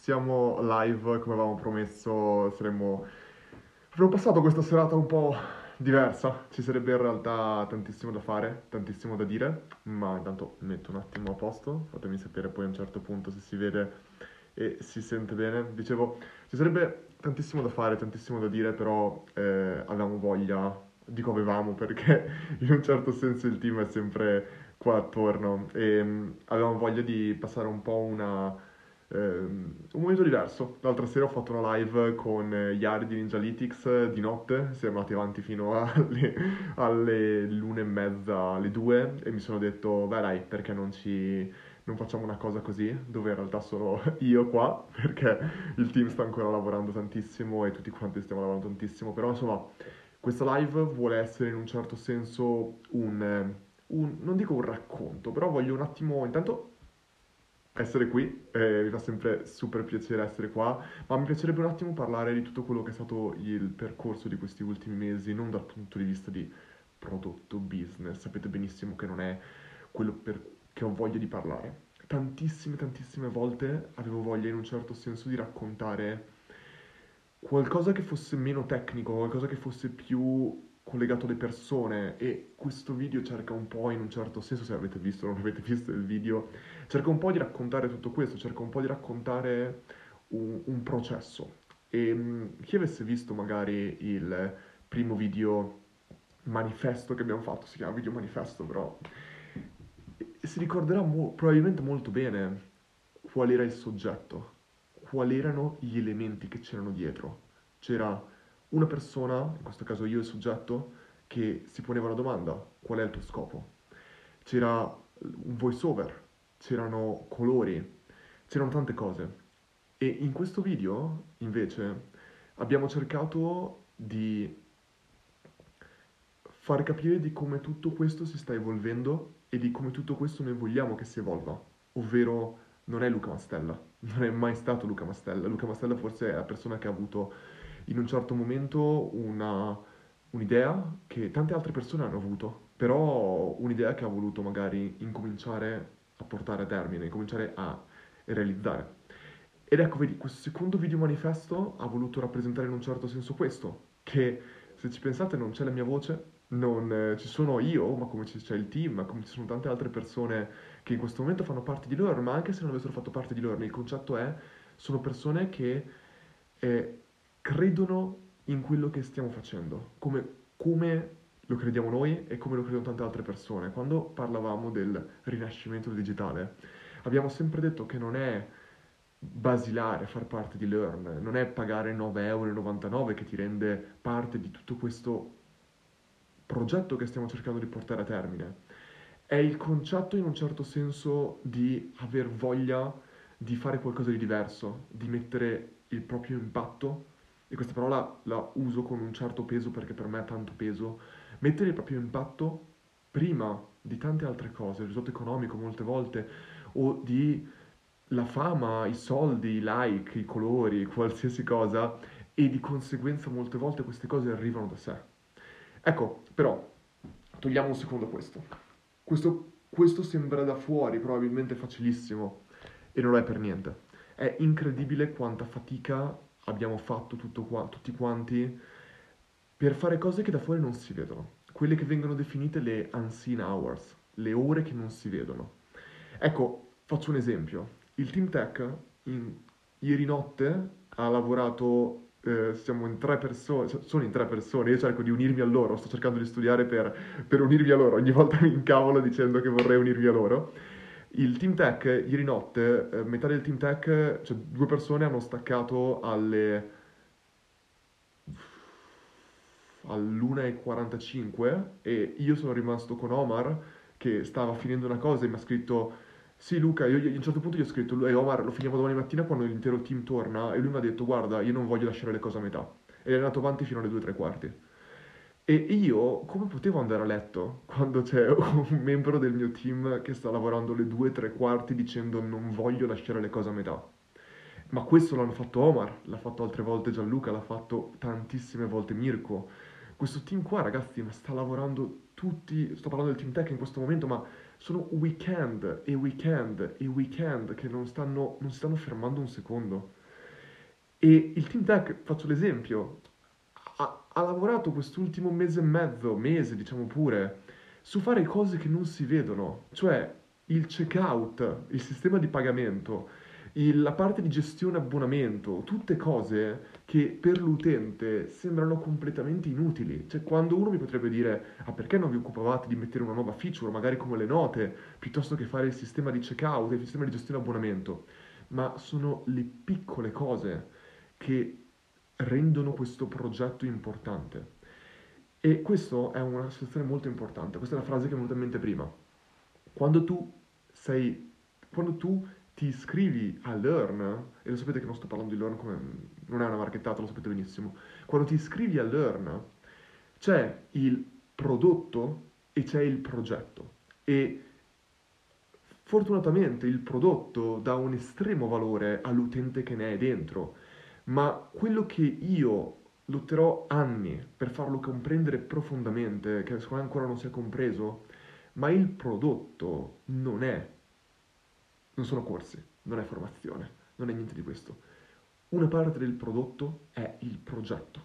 siamo live come avevamo promesso, avremmo passato questa serata un po' diversa, ci sarebbe in realtà tantissimo da fare, tantissimo da dire, ma intanto metto un attimo a posto, fatemi sapere poi a un certo punto se si vede e si sente bene. Dicevo, ci sarebbe tantissimo da fare, tantissimo da dire, però avevamo voglia, dico avevamo perché in un certo senso il team è sempre qua attorno e avevamo voglia di passare un po' un momento diverso. L'altra sera ho fatto una live con Yari di Ninjalytics di notte, siamo andati avanti fino alle l'1:30, alle 2 e mi sono detto, beh dai, perché non facciamo una cosa così, dove in realtà sono io qua, perché il team sta ancora lavorando tantissimo e tutti quanti stiamo lavorando tantissimo, però insomma questa live vuole essere in un certo senso non dico un racconto, però voglio un attimo, intanto essere qui, mi fa sempre super piacere essere qua, ma mi piacerebbe un attimo parlare di tutto quello che è stato il percorso di questi ultimi mesi, non dal punto di vista di prodotto, business, sapete benissimo che non è quello che ho voglia di parlare. Tantissime, tantissime volte avevo voglia in un certo senso di raccontare qualcosa che fosse meno tecnico, qualcosa che fosse più collegato alle persone e questo video cerca un po' in un certo senso, se avete visto o non avete visto il video, cerca un po' di raccontare tutto questo, cerca un po' di raccontare un processo. E chi avesse visto magari il primo video manifesto che abbiamo fatto, si chiama video manifesto, però si ricorderà probabilmente molto bene qual era il soggetto, quali erano gli elementi che c'erano dietro. C'era una persona, in questo caso io il soggetto, che si poneva la domanda, qual è il tuo scopo? C'era un voice over, c'erano colori, c'erano tante cose. E in questo video, invece, abbiamo cercato di far capire di come tutto questo si sta evolvendo e di come tutto questo noi vogliamo che si evolva, ovvero non è Luca Mastella, non è mai stato Luca Mastella. Luca Mastella forse è la persona che ha avuto in un certo momento un'idea che tante altre persone hanno avuto, però un'idea che ha voluto magari incominciare a portare a termine, incominciare a realizzare. Ed ecco, vedi, questo secondo video manifesto ha voluto rappresentare in un certo senso questo, che se ci pensate non c'è la mia voce, non ci sono io, ma come c'è il team, ma come ci sono tante altre persone che in questo momento fanno parte di Learn, ma anche se non avessero fatto parte di Learn, il concetto è, sono persone che credono in quello che stiamo facendo, come lo crediamo noi e come lo credono tante altre persone. Quando parlavamo del rinascimento digitale, abbiamo sempre detto che non è basilare far parte di Learn, non è pagare 9,99 € che ti rende parte di tutto questo progetto che stiamo cercando di portare a termine. È il concetto in un certo senso di aver voglia di fare qualcosa di diverso, di mettere il proprio impatto, e questa parola la uso con un certo peso perché per me ha tanto peso, mettere il proprio impatto prima di tante altre cose, il risultato economico molte volte, o di la fama, i soldi, i like, i colori, qualsiasi cosa, e di conseguenza molte volte queste cose arrivano da sé. Ecco, però, togliamo un secondo questo. Questo sembra da fuori probabilmente facilissimo e non lo è per niente. È incredibile quanta fatica abbiamo fatto tutti quanti per fare cose che da fuori non si vedono. Quelle che vengono definite le unseen hours, le ore che non si vedono. Ecco, faccio un esempio. Il Team Tech ieri notte ha lavorato, siamo in 3 persone, sono in 3 persone, io cerco di unirmi a loro, sto cercando di studiare per unirmi a loro, ogni volta mi incavolo dicendo che vorrei unirmi a loro. Il Team Tech, ieri notte, metà del Team Tech, cioè 2 persone hanno staccato all'1:45 e io sono rimasto con Omar che stava finendo una cosa e mi ha scritto sì Luca, io a un certo punto gli ho scritto Omar lo finiamo domani mattina quando l'intero team torna e lui mi ha detto guarda io non voglio lasciare le cose a metà ed è andato avanti fino alle 2:3 quarti. E io come potevo andare a letto quando c'è un membro del mio team che sta lavorando le 2:3 quarti dicendo non voglio lasciare le cose a metà? Ma questo l'hanno fatto Omar, l'ha fatto altre volte Gianluca, l'ha fatto tantissime volte Mirko. Questo team qua, ragazzi, ma sta lavorando tutti, sto parlando del team tech in questo momento, ma Sono weekend e weekend e weekend che non si stanno fermando un secondo. E il Team Tech, faccio l'esempio, ha lavorato quest'ultimo mese e mezzo, mese diciamo pure, su fare cose che non si vedono, cioè il checkout, il sistema di pagamento, la parte di gestione abbonamento, tutte cose che per l'utente sembrano completamente inutili. Cioè quando uno mi potrebbe dire, ah perché non vi occupavate di mettere una nuova feature, magari come le note, piuttosto che fare il sistema di checkout, il sistema di gestione abbonamento, ma sono le piccole cose che rendono questo progetto importante. E questo è una situazione molto importante. Questa è la frase che mi è venuta in mente prima. Quando tu sei, quando tu ti iscrivi a Learn, e lo sapete che non sto parlando di Learn come, non è una marchettata, lo sapete benissimo. Quando ti iscrivi a Learn, c'è il prodotto e c'è il progetto. E fortunatamente il prodotto dà un estremo valore all'utente che ne è dentro, ma quello che io lotterò anni per farlo comprendere profondamente, che secondo me ancora non si è compreso, ma il prodotto non sono corsi, non è formazione, non è niente di questo. Una parte del prodotto è il progetto.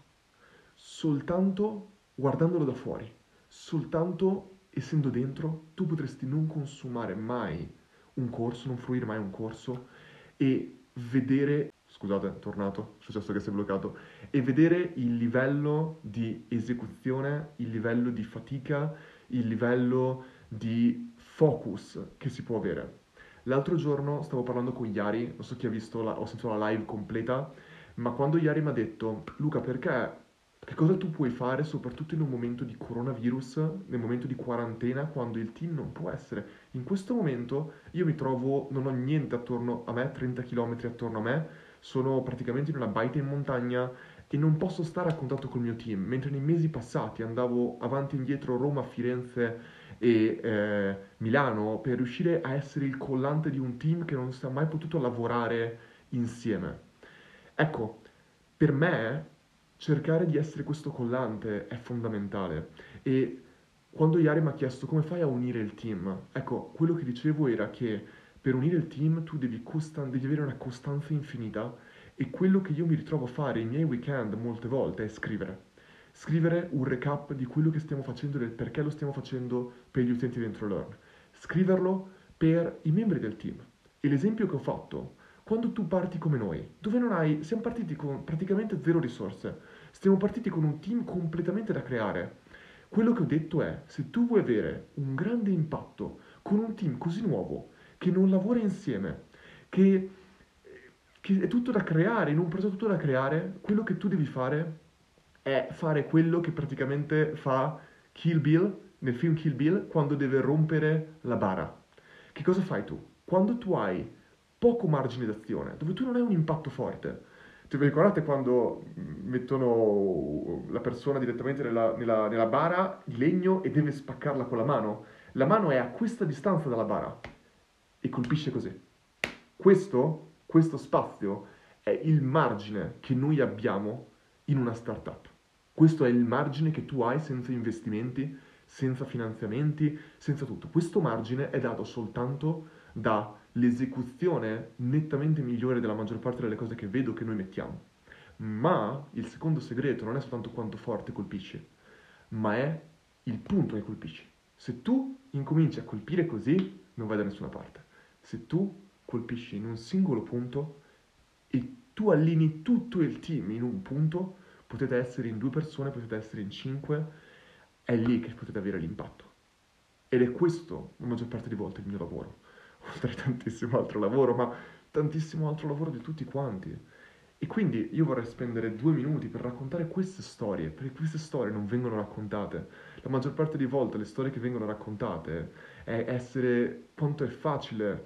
Soltanto guardandolo da fuori, soltanto essendo dentro, tu potresti non consumare mai un corso, non fruire mai un corso e vedere, scusate, è tornato, è successo che si è bloccato, e vedere il livello di esecuzione, il livello di fatica, il livello di focus che si può avere. L'altro giorno stavo parlando con Yari, non so chi ha visto, ho sentito la live completa, ma quando Yari mi ha detto, Luca, perché, che cosa tu puoi fare soprattutto in un momento di coronavirus, nel momento di quarantena, quando il team non può essere? In questo momento io mi trovo, non ho niente attorno a me, 30 km attorno a me, sono praticamente in una baita in montagna e non posso stare a contatto col mio team, mentre nei mesi passati andavo avanti e indietro Roma, Firenze e Milano per riuscire a essere il collante di un team che non si è mai potuto lavorare insieme. Ecco, per me cercare di essere questo collante è fondamentale e quando Yari mi ha chiesto come fai a unire il team, ecco, quello che dicevo era che per unire il team tu devi avere una costanza infinita e quello che io mi ritrovo a fare i miei weekend molte volte è scrivere. Scrivere un recap di quello che stiamo facendo e del perché lo stiamo facendo per gli utenti dentro Learn. Scriverlo per i membri del team. E l'esempio che ho fatto, quando tu parti come noi, dove non hai, siamo partiti con praticamente zero risorse, stiamo partiti con un team completamente da creare. Quello che ho detto è, se tu vuoi avere un grande impatto con un team così nuovo, che non lavora insieme, che, che è tutto da creare, in un progetto tutto da creare, quello che tu devi fare è fare quello che praticamente fa Kill Bill nel film Kill Bill quando deve rompere la bara. Che cosa fai tu? Quando tu hai poco margine d'azione, dove tu non hai un impatto forte. Cioè, vi ricordate quando mettono la persona direttamente nella bara di legno e deve spaccarla con la mano? La mano è a questa distanza dalla bara e colpisce così. Questo spazio è il margine che noi abbiamo in una startup. Questo è il margine che tu hai senza investimenti, senza finanziamenti, senza tutto. Questo margine è dato soltanto dall'esecuzione nettamente migliore della maggior parte delle cose che vedo che noi mettiamo. Ma il secondo segreto non è soltanto quanto forte colpisci, ma è il punto che colpisci. Se tu incominci a colpire così, non vai da nessuna parte. Se tu colpisci in un singolo punto e tu allini tutto il team in un punto, potete essere in 2 persone, potete essere in 5, è lì che potete avere l'impatto. Ed è questo, la maggior parte delle volte, il mio lavoro. Oltre a tantissimo altro lavoro, ma tantissimo altro lavoro di tutti quanti. E quindi io vorrei spendere 2 minuti per raccontare queste storie, perché queste storie non vengono raccontate. La maggior parte delle volte le storie che vengono raccontate è essere quanto è facile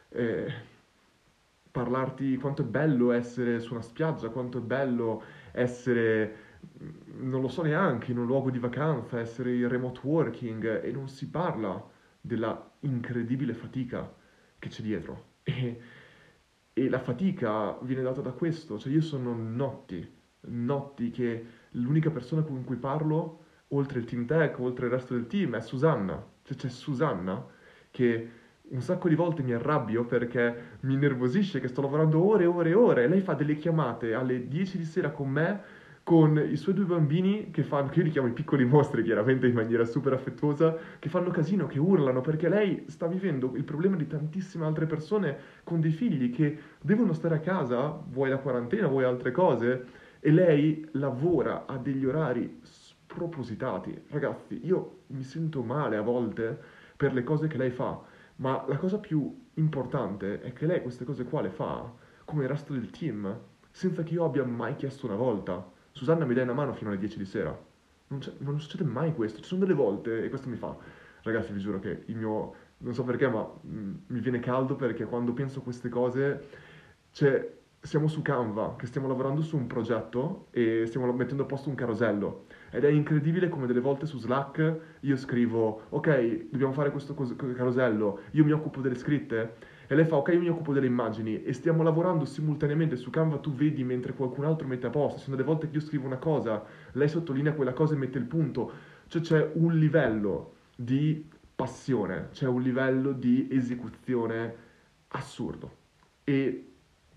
parlarti, quanto è bello essere su una spiaggia, quanto è bello essere, non lo so neanche, in un luogo di vacanza, essere in remote working e non si parla della incredibile fatica che c'è dietro. E la fatica viene data da questo, cioè io sono notti che l'unica persona con cui parlo, oltre il team tech, oltre il resto del team, è Susanna. Cioè c'è Susanna che un sacco di volte mi arrabbio perché mi innervosisce che sto lavorando ore e ore e ore e lei fa delle chiamate alle 10 di sera con me, con i suoi due bambini che fanno, che io li chiamo i piccoli mostri chiaramente in maniera super affettuosa, che fanno casino, che urlano perché lei sta vivendo il problema di tantissime altre persone con dei figli che devono stare a casa, vuoi la quarantena, vuoi altre cose, e lei lavora a degli orari spropositati. Ragazzi, io mi sento male a volte per le cose che lei fa, ma la cosa più importante è che lei queste cose qua le fa come il resto del team, senza che io abbia mai chiesto una volta. Susanna mi dai una mano fino alle 10 di sera. Non succede mai questo. Ci sono delle volte, e questo mi fa, ragazzi, vi giuro che il mio, non so perché, ma mi viene caldo perché quando penso a queste cose, cioè, siamo su Canva, che stiamo lavorando su un progetto e stiamo mettendo a posto un carosello. Ed è incredibile come delle volte su Slack io scrivo, ok, dobbiamo fare questo carosello, io mi occupo delle scritte. E lei fa, ok, io mi occupo delle immagini e stiamo lavorando simultaneamente su Canva, tu vedi mentre qualcun altro mette a posto. Ci sono delle volte che io scrivo una cosa, lei sottolinea quella cosa e mette il punto. Cioè c'è un livello di passione, c'è un livello di esecuzione assurdo. E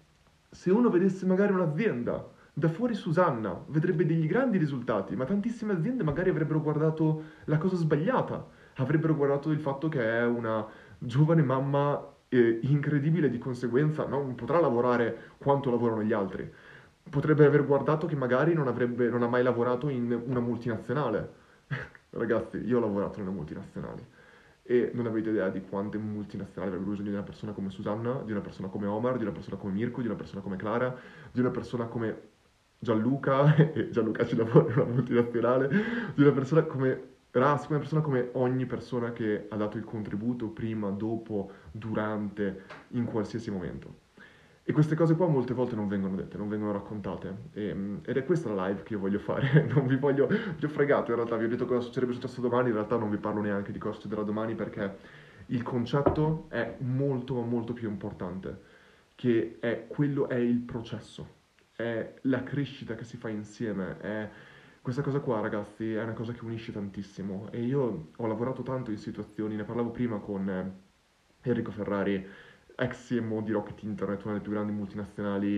se uno vedesse magari un'azienda da fuori Susanna, vedrebbe degli grandi risultati, ma tantissime aziende magari avrebbero guardato la cosa sbagliata, avrebbero guardato il fatto che è una giovane mamma incredibile, di conseguenza non potrà lavorare quanto lavorano gli altri. Potrebbe aver guardato che magari non ha mai lavorato in una multinazionale. Ragazzi, io ho lavorato in una multinazionale e non avete idea di quante multinazionali avrebbero bisogno di una persona come Susanna, di una persona come Omar, di una persona come Mirko, di una persona come Clara, di una persona come Gianluca, e Gianluca ci lavora in una multinazionale, di una persona come Rask, una persona come ogni persona che ha dato il contributo prima, dopo, durante, in qualsiasi momento. E queste cose qua molte volte non vengono dette, non vengono raccontate. Ed è questa la live che io voglio fare. Non vi voglio. Vi ho fregato in realtà, vi ho detto cosa sarebbe successo domani. In realtà non vi parlo neanche di cosa succederà domani perché il concetto è molto, ma molto più importante. Che è quello, è il processo, è la crescita che si fa insieme. Questa cosa qua, ragazzi, è una cosa che unisce tantissimo. E io ho lavorato tanto in situazioni, ne parlavo prima con Enrico Ferrari, ex CMO di Rocket Internet, una delle più grandi multinazionali,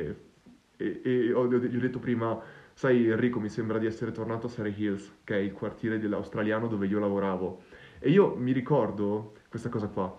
gli ho detto prima, sai Enrico, mi sembra di essere tornato a Surrey Hills, che è il quartiere dell'australiano dove io lavoravo. E io mi ricordo questa cosa qua.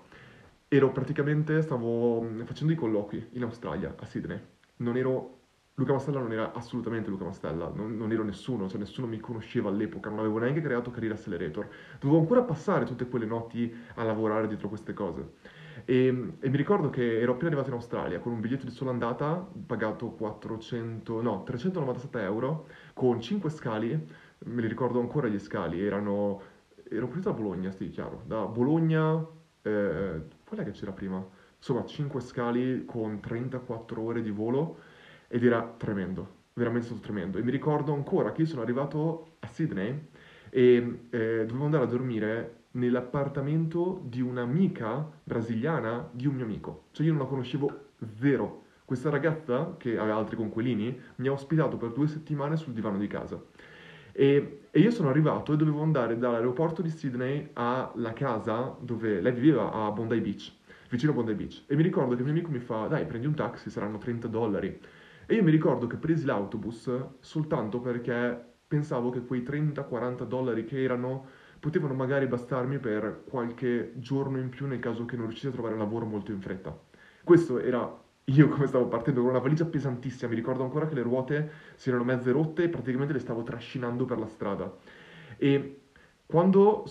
Stavo facendo i colloqui in Australia, a Sydney. Non ero, Luca Mastella non era assolutamente Luca Mastella, non ero nessuno, cioè nessuno mi conosceva all'epoca, non avevo neanche creato Career Accelerator. Dovevo ancora passare tutte quelle notti a lavorare dietro queste cose. E mi ricordo che ero appena arrivato in Australia con un biglietto di sola andata pagato 400, no, 397 euro con 5 scali, me li ricordo ancora gli scali, ero partito da Bologna, sì, chiaro, da Bologna, qual è che c'era prima? Insomma, 5 scali con 34 ore di volo ed era tremendo, veramente stato tremendo. E mi ricordo ancora che io sono arrivato a Sydney e dovevo andare a dormire nell'appartamento di un'amica brasiliana di un mio amico. Cioè io non la conoscevo zero. Questa ragazza, che aveva altri conquilini, mi ha ospitato per 2 settimane sul divano di casa. E io sono arrivato e dovevo andare dall'aeroporto di Sydney alla casa dove lei viveva a Bondi Beach, vicino a Bondi Beach. E mi ricordo che il mio amico mi fa, dai, prendi un taxi, saranno 30 dollari. E io mi ricordo che presi l'autobus soltanto perché pensavo che quei 30-40 dollari che erano potevano magari bastarmi per qualche giorno in più nel caso che non riuscissi a trovare un lavoro molto in fretta. Questo era io come stavo partendo con una valigia pesantissima, mi ricordo ancora che le ruote si erano mezze rotte e praticamente le stavo trascinando per la strada. E quando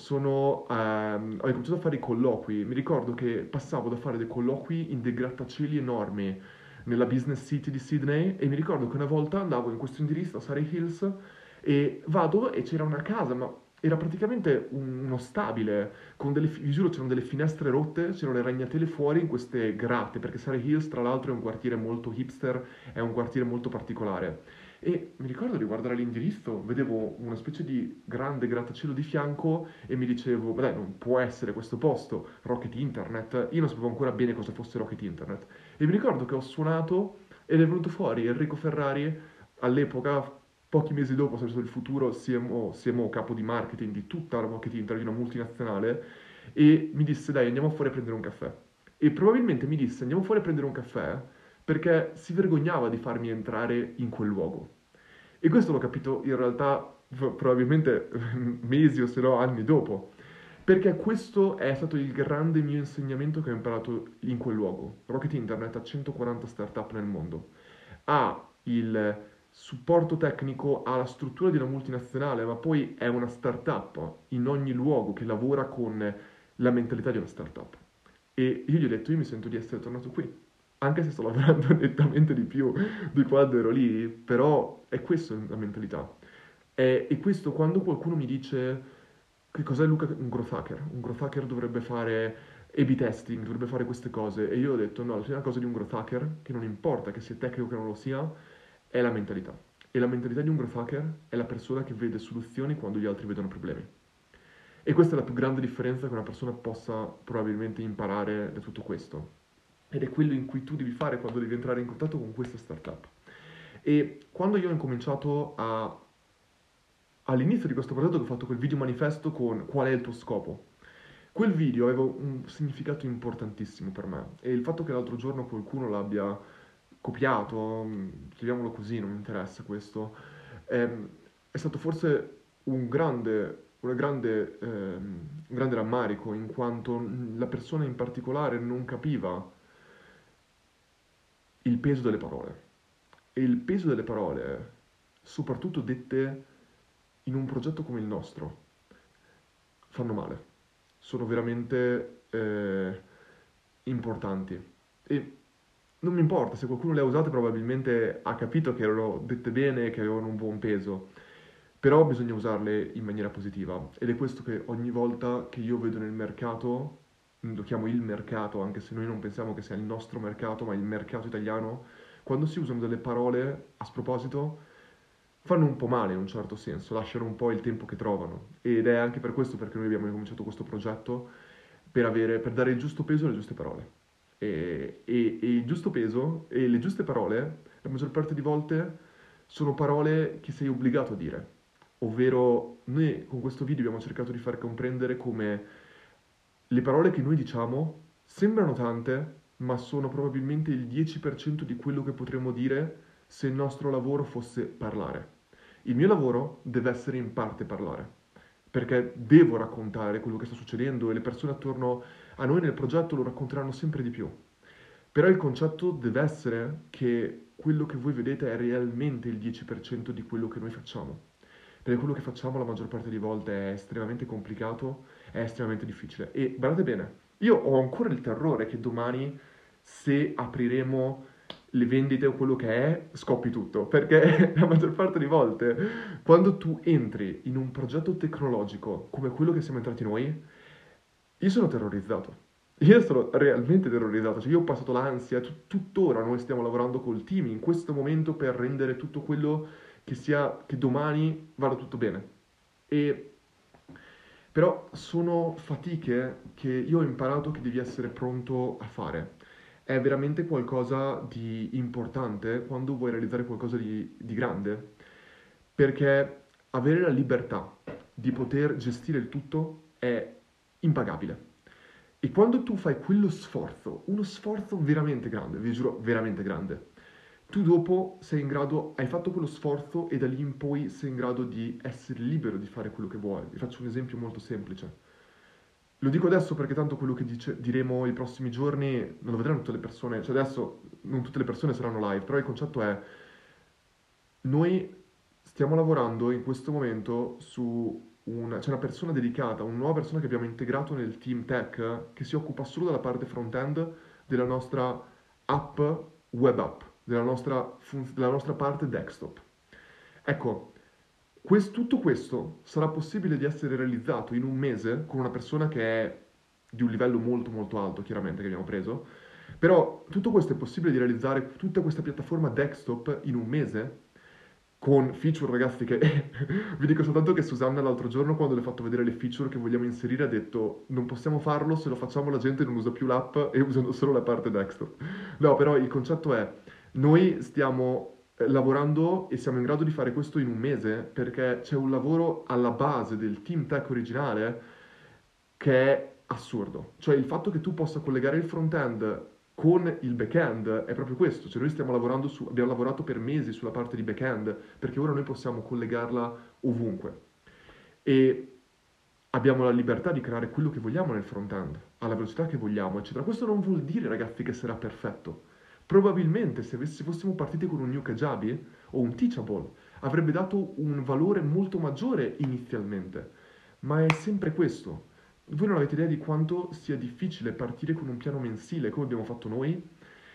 ho incominciato a fare i colloqui, mi ricordo che passavo da fare dei colloqui in dei grattacieli enormi nella Business City di Sydney e mi ricordo che una volta andavo in questo indirizzo a Surrey Hills e vado e c'era una casa, ma era praticamente uno stabile, vi giuro c'erano delle finestre rotte, c'erano le ragnatele fuori in queste grate, perché Surrey Hills tra l'altro è un quartiere molto hipster, è un quartiere molto particolare. E mi ricordo di guardare l'indirizzo, vedevo una specie di grande grattacielo di fianco e mi dicevo, beh, non può essere questo posto, Rocket Internet. Io non sapevo ancora bene cosa fosse Rocket Internet. E mi ricordo che ho suonato ed è venuto fuori Enrico Ferrari, all'epoca, pochi mesi dopo, sarebbe stato il futuro CMO capo di marketing di tutta la Rocket Internet, di una multinazionale, e mi disse dai andiamo fuori a prendere un caffè. E probabilmente mi disse andiamo fuori a prendere un caffè perché si vergognava di farmi entrare in quel luogo. E questo l'ho capito in realtà probabilmente mesi o se no anni dopo. Perché questo è stato il grande mio insegnamento che ho imparato in quel luogo. Rocket Internet ha 140 startup nel mondo. Ha il supporto tecnico, ha la struttura di una multinazionale, ma poi è una startup in ogni luogo che lavora con la mentalità di una startup. E io gli ho detto, io mi sento di essere tornato qui, anche se sto lavorando nettamente di più di quando ero lì, però è questa la mentalità. E questo quando qualcuno mi dice che cos'è Luca un growth hacker? Un growth hacker dovrebbe fare A/B testing, dovrebbe fare queste cose. E io ho detto no, la prima cosa di un growth hacker, che non importa che sia tecnico o che non lo sia, è la mentalità. E la mentalità di un growth hacker è la persona che vede soluzioni quando gli altri vedono problemi. E questa è la più grande differenza che una persona possa probabilmente imparare da tutto questo. Ed è quello in cui tu devi fare quando devi entrare in contatto con questa startup. E quando io ho incominciato all'inizio di questo progetto che ho fatto quel video manifesto con qual è il tuo scopo, quel video aveva un significato importantissimo per me e il fatto che l'altro giorno qualcuno l'abbia copiato, chiamiamolo così, non mi interessa questo, è stato forse un grande rammarico in quanto la persona in particolare non capiva il peso delle parole. E il peso delle parole, soprattutto dette in un progetto come il nostro, fanno male. Sono veramente importanti. E non mi importa, se qualcuno le ha usate probabilmente ha capito che erano dette bene, che avevano un buon peso. Però bisogna usarle in maniera positiva. Ed è questo che ogni volta che io vedo nel mercato, lo chiamo il mercato, anche se noi non pensiamo che sia il nostro mercato, ma il mercato italiano, quando si usano delle parole a sproposito, fanno un po' male in un certo senso, lasciano un po' il tempo che trovano. Ed è anche per questo perché noi abbiamo cominciato questo progetto, per dare il giusto peso alle giuste parole. E il giusto peso e le giuste parole, la maggior parte di volte, sono parole che sei obbligato a dire. Ovvero, noi con questo video abbiamo cercato di far comprendere come le parole che noi diciamo sembrano tante, ma sono probabilmente il 10% di quello che potremmo dire se il nostro lavoro fosse parlare. Il mio lavoro deve essere in parte parlare, perché devo raccontare quello che sta succedendo e le persone attorno a noi nel progetto lo racconteranno sempre di più. Però il concetto deve essere che quello che voi vedete è realmente il 10% di quello che noi facciamo. Perché quello che facciamo la maggior parte delle volte è estremamente complicato, è estremamente difficile. E guardate bene, io ho ancora il terrore che domani, se apriremo le vendite o quello che è, scoppi tutto. Perché la maggior parte delle volte, quando tu entri in un progetto tecnologico come quello che siamo entrati noi, io sono terrorizzato. Io sono realmente terrorizzato, cioè io ho passato l'ansia, tuttora noi stiamo lavorando col team in questo momento per rendere tutto quello che domani vada tutto bene. E però sono fatiche che io ho imparato che devi essere pronto a fare. È veramente qualcosa di importante quando vuoi realizzare qualcosa di grande, perché avere la libertà di poter gestire il tutto è impagabile. E quando tu fai quello sforzo, uno sforzo veramente grande, vi giuro, veramente grande, tu dopo sei in grado, hai fatto quello sforzo e da lì in poi sei in grado di essere libero di fare quello che vuoi. Vi faccio un esempio molto semplice. Lo dico adesso perché tanto quello che diremo i prossimi giorni non lo vedranno tutte le persone, cioè adesso non tutte le persone saranno live, però il concetto è noi stiamo lavorando in questo momento c'è una persona dedicata, una nuova persona che abbiamo integrato nel team tech che si occupa solo della parte front-end della nostra app, web app, della nostra parte desktop. Ecco, tutto questo sarà possibile di essere realizzato in un mese con una persona che è di un livello molto molto alto, chiaramente, che abbiamo preso, però tutto questo è possibile di realizzare tutta questa piattaforma desktop in un mese con feature, ragazzi, che vi dico soltanto che Susanna l'altro giorno quando le ho fatto vedere le feature che vogliamo inserire ha detto non possiamo farlo, se lo facciamo la gente non usa più l'app e usano solo la parte desktop. No, però il concetto è noi stiamo lavorando e siamo in grado di fare questo in un mese perché c'è un lavoro alla base del team tech originale che è assurdo. Cioè il fatto che tu possa collegare il front-end con il back-end è proprio questo. Cioè noi abbiamo lavorato per mesi sulla parte di back-end, perché ora noi possiamo collegarla ovunque. E abbiamo la libertà di creare quello che vogliamo nel front-end, alla velocità che vogliamo, eccetera. Questo non vuol dire, ragazzi, che sarà perfetto. Probabilmente se fossimo partiti con un New Kajabi o un Teachable, avrebbe dato un valore molto maggiore inizialmente. Ma è sempre questo. Voi non avete idea di quanto sia difficile partire con un piano mensile, come abbiamo fatto noi,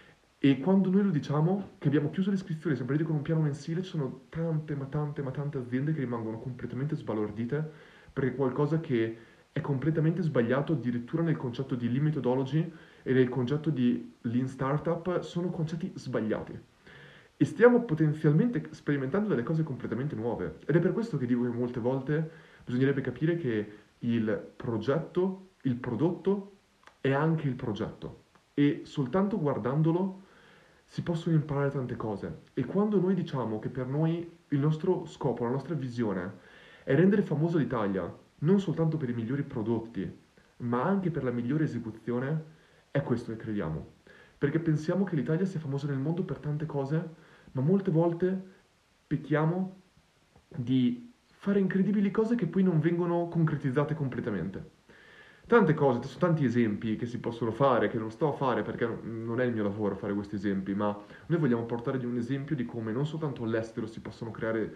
e quando noi lo diciamo, che abbiamo chiuso le iscrizioni, siamo partiti con un piano mensile, ci sono tante, ma tante, ma tante aziende che rimangono completamente sbalordite, perché è qualcosa che è completamente sbagliato, addirittura nel concetto di lean methodology e nel concetto di lean startup, sono concetti sbagliati. E stiamo potenzialmente sperimentando delle cose completamente nuove. Ed è per questo che dico che molte volte bisognerebbe capire che il progetto, il prodotto è anche il progetto. E soltanto guardandolo si possono imparare tante cose. E quando noi diciamo che per noi il nostro scopo, la nostra visione è rendere famosa l'Italia, non soltanto per i migliori prodotti, ma anche per la migliore esecuzione, è questo che crediamo. Perché pensiamo che l'Italia sia famosa nel mondo per tante cose, ma molte volte pecchiamo di fare incredibili cose che poi non vengono concretizzate completamente. Tante cose, sono tanti esempi che si possono fare, che non sto a fare perché non è il mio lavoro fare questi esempi, ma noi vogliamo portare di un esempio di come non soltanto all'estero si possono creare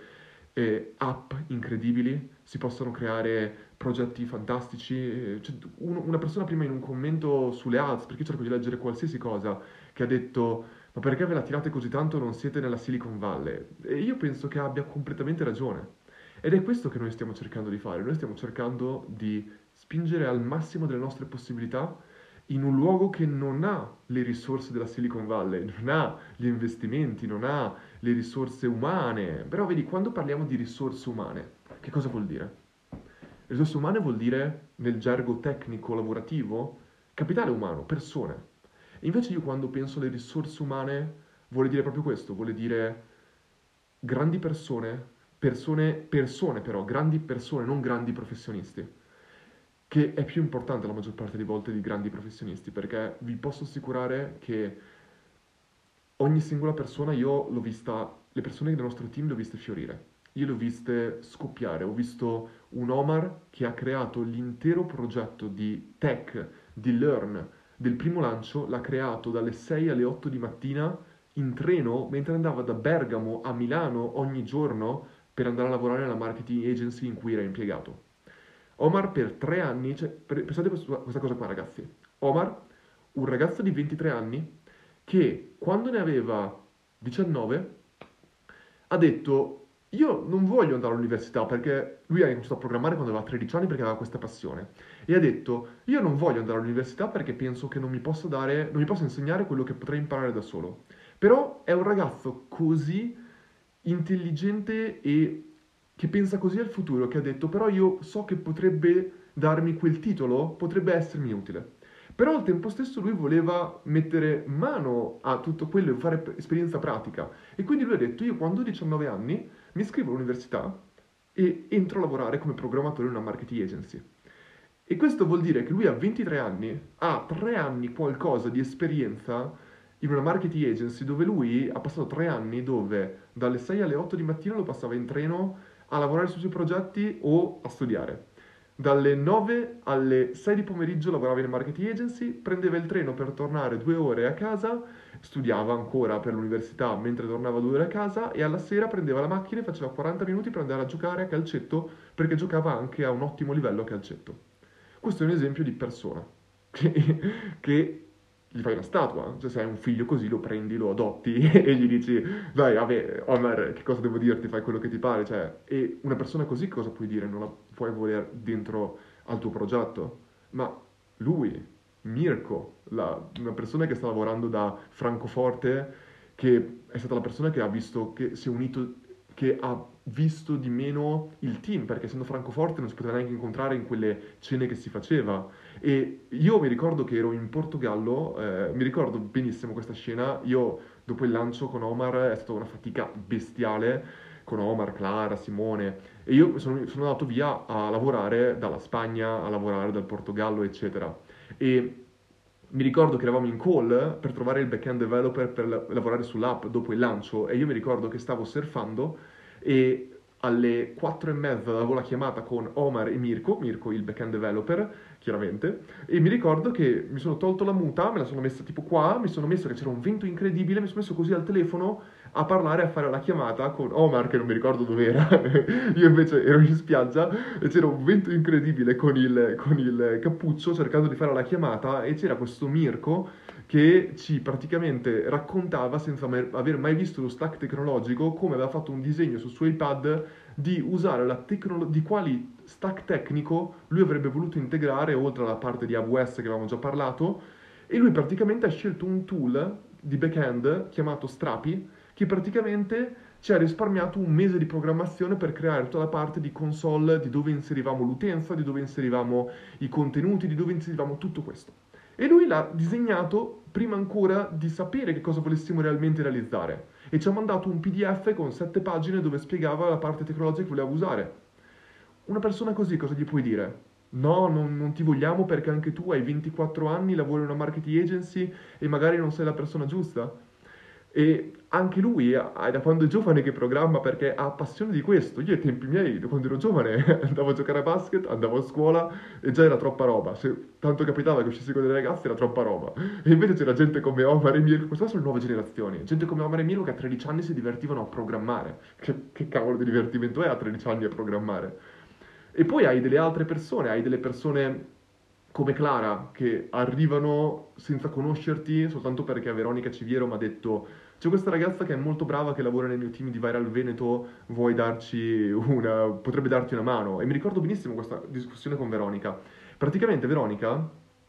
app incredibili, si possono creare progetti fantastici. Cioè, una persona prima in un commento sulle ads, perché io cerco di leggere qualsiasi cosa, che ha detto: ma perché ve la tirate così tanto, non siete nella Silicon Valley? E io penso che abbia completamente ragione. Ed è questo che noi stiamo cercando di fare. Noi stiamo cercando di spingere al massimo delle nostre possibilità in un luogo che non ha le risorse della Silicon Valley, non ha gli investimenti, non ha le risorse umane. Però vedi, quando parliamo di risorse umane, che cosa vuol dire? Risorse umane vuol dire, nel gergo tecnico lavorativo, capitale umano, persone. E invece io quando penso alle risorse umane, vuole dire proprio questo, vuole dire grandi persone, persone però, grandi persone, non grandi professionisti, che è più importante la maggior parte delle volte di grandi professionisti, perché vi posso assicurare che ogni singola persona io l'ho vista, le persone del nostro team le ho viste fiorire, io le ho viste scoppiare, ho visto un Omar che ha creato l'intero progetto di tech, di learn, del primo lancio, l'ha creato dalle 6 alle 8 di mattina in treno mentre andava da Bergamo a Milano ogni giorno per andare a lavorare nella marketing agency in cui era impiegato. Omar per 3 anni, cioè, pensate a questa cosa qua ragazzi, Omar, un ragazzo di 23 anni, che quando ne aveva 19 ha detto io non voglio andare all'università perché lui ha iniziato a programmare quando aveva 13 anni perché aveva questa passione e ha detto io non voglio andare all'università perché penso che non mi possa insegnare quello che potrei imparare da solo. Però è un ragazzo così intelligente e che pensa così al futuro che ha detto però io so che potrebbe darmi quel titolo, potrebbe essermi utile. Però al tempo stesso lui voleva mettere mano a tutto quello e fare esperienza pratica. E quindi lui ha detto, io quando ho 19 anni mi iscrivo all'università e entro a lavorare come programmatore in una marketing agency. E questo vuol dire che lui a 23 anni ha 3 anni qualcosa di esperienza in una marketing agency dove lui ha passato 3 anni dove dalle 6 alle 8 di mattina lo passava in treno a lavorare sui suoi progetti o a studiare. Dalle 9 alle 6 di pomeriggio lavorava in marketing agency, prendeva il treno per tornare 2 ore a casa, studiava ancora per l'università mentre tornava 2 ore a casa e alla sera prendeva la macchina e faceva 40 minuti per andare a giocare a calcetto perché giocava anche a un ottimo livello a calcetto. Questo è un esempio di persona che, che gli fai una statua, cioè se hai un figlio così lo prendi, lo adotti e gli dici dai, vabbè, Omar, che cosa devo dirti, fai quello che ti pare, cioè, e una persona così cosa puoi dire? Non la puoi voler dentro al tuo progetto? Ma lui, Mirko, una persona che sta lavorando da Francoforte, che è stata la persona che ha visto, che si è unito, che ha visto di meno il team, perché essendo Francoforte non si poteva neanche incontrare in quelle cene che si faceva. E io mi ricordo che ero in Portogallo, mi ricordo benissimo questa scena, io dopo il lancio con Omar è stata una fatica bestiale, con Omar, Clara, Simone, e io sono andato via a lavorare dalla Spagna, a lavorare dal Portogallo, eccetera. E mi ricordo che eravamo in call per trovare il back-end developer per lavorare sull'app dopo il lancio e io mi ricordo che stavo surfando e alle 4:30 avevo la chiamata con Omar e Mirko il back-end developer, chiaramente, e mi ricordo che mi sono tolto la muta, me la sono messa tipo qua, mi sono messo che c'era un vento incredibile, mi sono messo così al telefono a parlare, a fare la chiamata con Omar, che non mi ricordo dove era, io invece ero in spiaggia e c'era un vento incredibile con il cappuccio cercando di fare la chiamata e c'era questo Mirko che ci praticamente raccontava, senza aver mai visto lo stack tecnologico, come aveva fatto un disegno sul suo iPad di usare di quali stack tecnico lui avrebbe voluto integrare oltre alla parte di AWS che avevamo già parlato e lui praticamente ha scelto un tool di backend chiamato Strapi che praticamente ci ha risparmiato un mese di programmazione per creare tutta la parte di console, di dove inserivamo l'utenza, di dove inserivamo i contenuti, di dove inserivamo tutto questo. E lui l'ha disegnato prima ancora di sapere che cosa volessimo realmente realizzare. E ci ha mandato un PDF con 7 pagine dove spiegava la parte tecnologica che voleva usare. Una persona così cosa gli puoi dire? No, non ti vogliamo perché anche tu hai 24 anni, lavori in una marketing agency e magari non sei la persona giusta? E anche lui da quando è giovane che programma perché ha passione di questo. Io ai tempi miei, da quando ero giovane, andavo a giocare a basket, andavo a scuola e già era troppa roba. Se tanto capitava che uscissi con delle ragazze era troppa roba. E invece c'era gente come Omar e Mirko, queste sono nuove generazioni, gente come Omar e Mirko che a 13 anni si divertivano a programmare. Che cavolo di divertimento è a 13 anni a programmare? E poi hai delle altre persone, hai delle persone come Clara che arrivano senza conoscerti soltanto perché Veronica Civiero mi ha detto c'è questa ragazza che è molto brava che lavora nel mio team di Viral Veneto, potrebbe darti una mano. E mi ricordo benissimo questa discussione con Veronica. Praticamente Veronica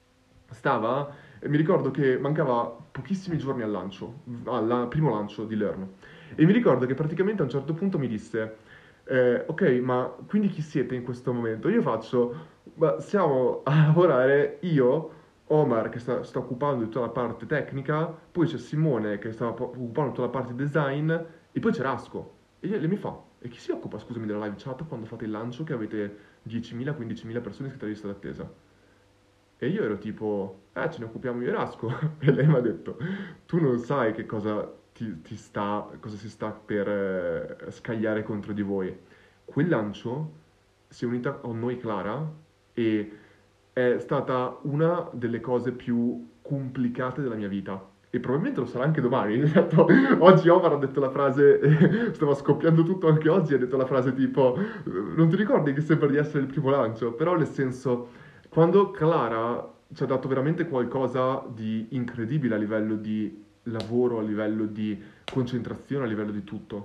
mi ricordo che mancava pochissimi giorni al lancio, al primo lancio di Learn. E mi ricordo che praticamente a un certo punto mi disse, ok, ma quindi chi siete in questo momento? Io faccio, ma siamo a lavorare io, Omar che sta occupando di tutta la parte tecnica, poi c'è Simone che sta occupando tutta la parte design, e poi c'è Rasco. E lei mi fa, e chi si occupa, scusami, della live chat quando fate il lancio che avete 10.000-15.000 persone iscritte alla lista d'attesa? E io ero tipo, ce ne occupiamo io e Rasco. E lei mi ha detto, tu non sai che cosa cosa si sta per scagliare contro di voi. Quel lancio si è unita a noi Clara e è stata una delle cose più complicate della mia vita. E probabilmente lo sarà anche domani. Esatto. Oggi Omar ha detto la frase, stava scoppiando tutto anche oggi, ha detto la frase tipo, non ti ricordi che sembra di essere il primo lancio? Però nel senso, quando Clara ci ha dato veramente qualcosa di incredibile a livello di lavoro, a livello di concentrazione, a livello di tutto.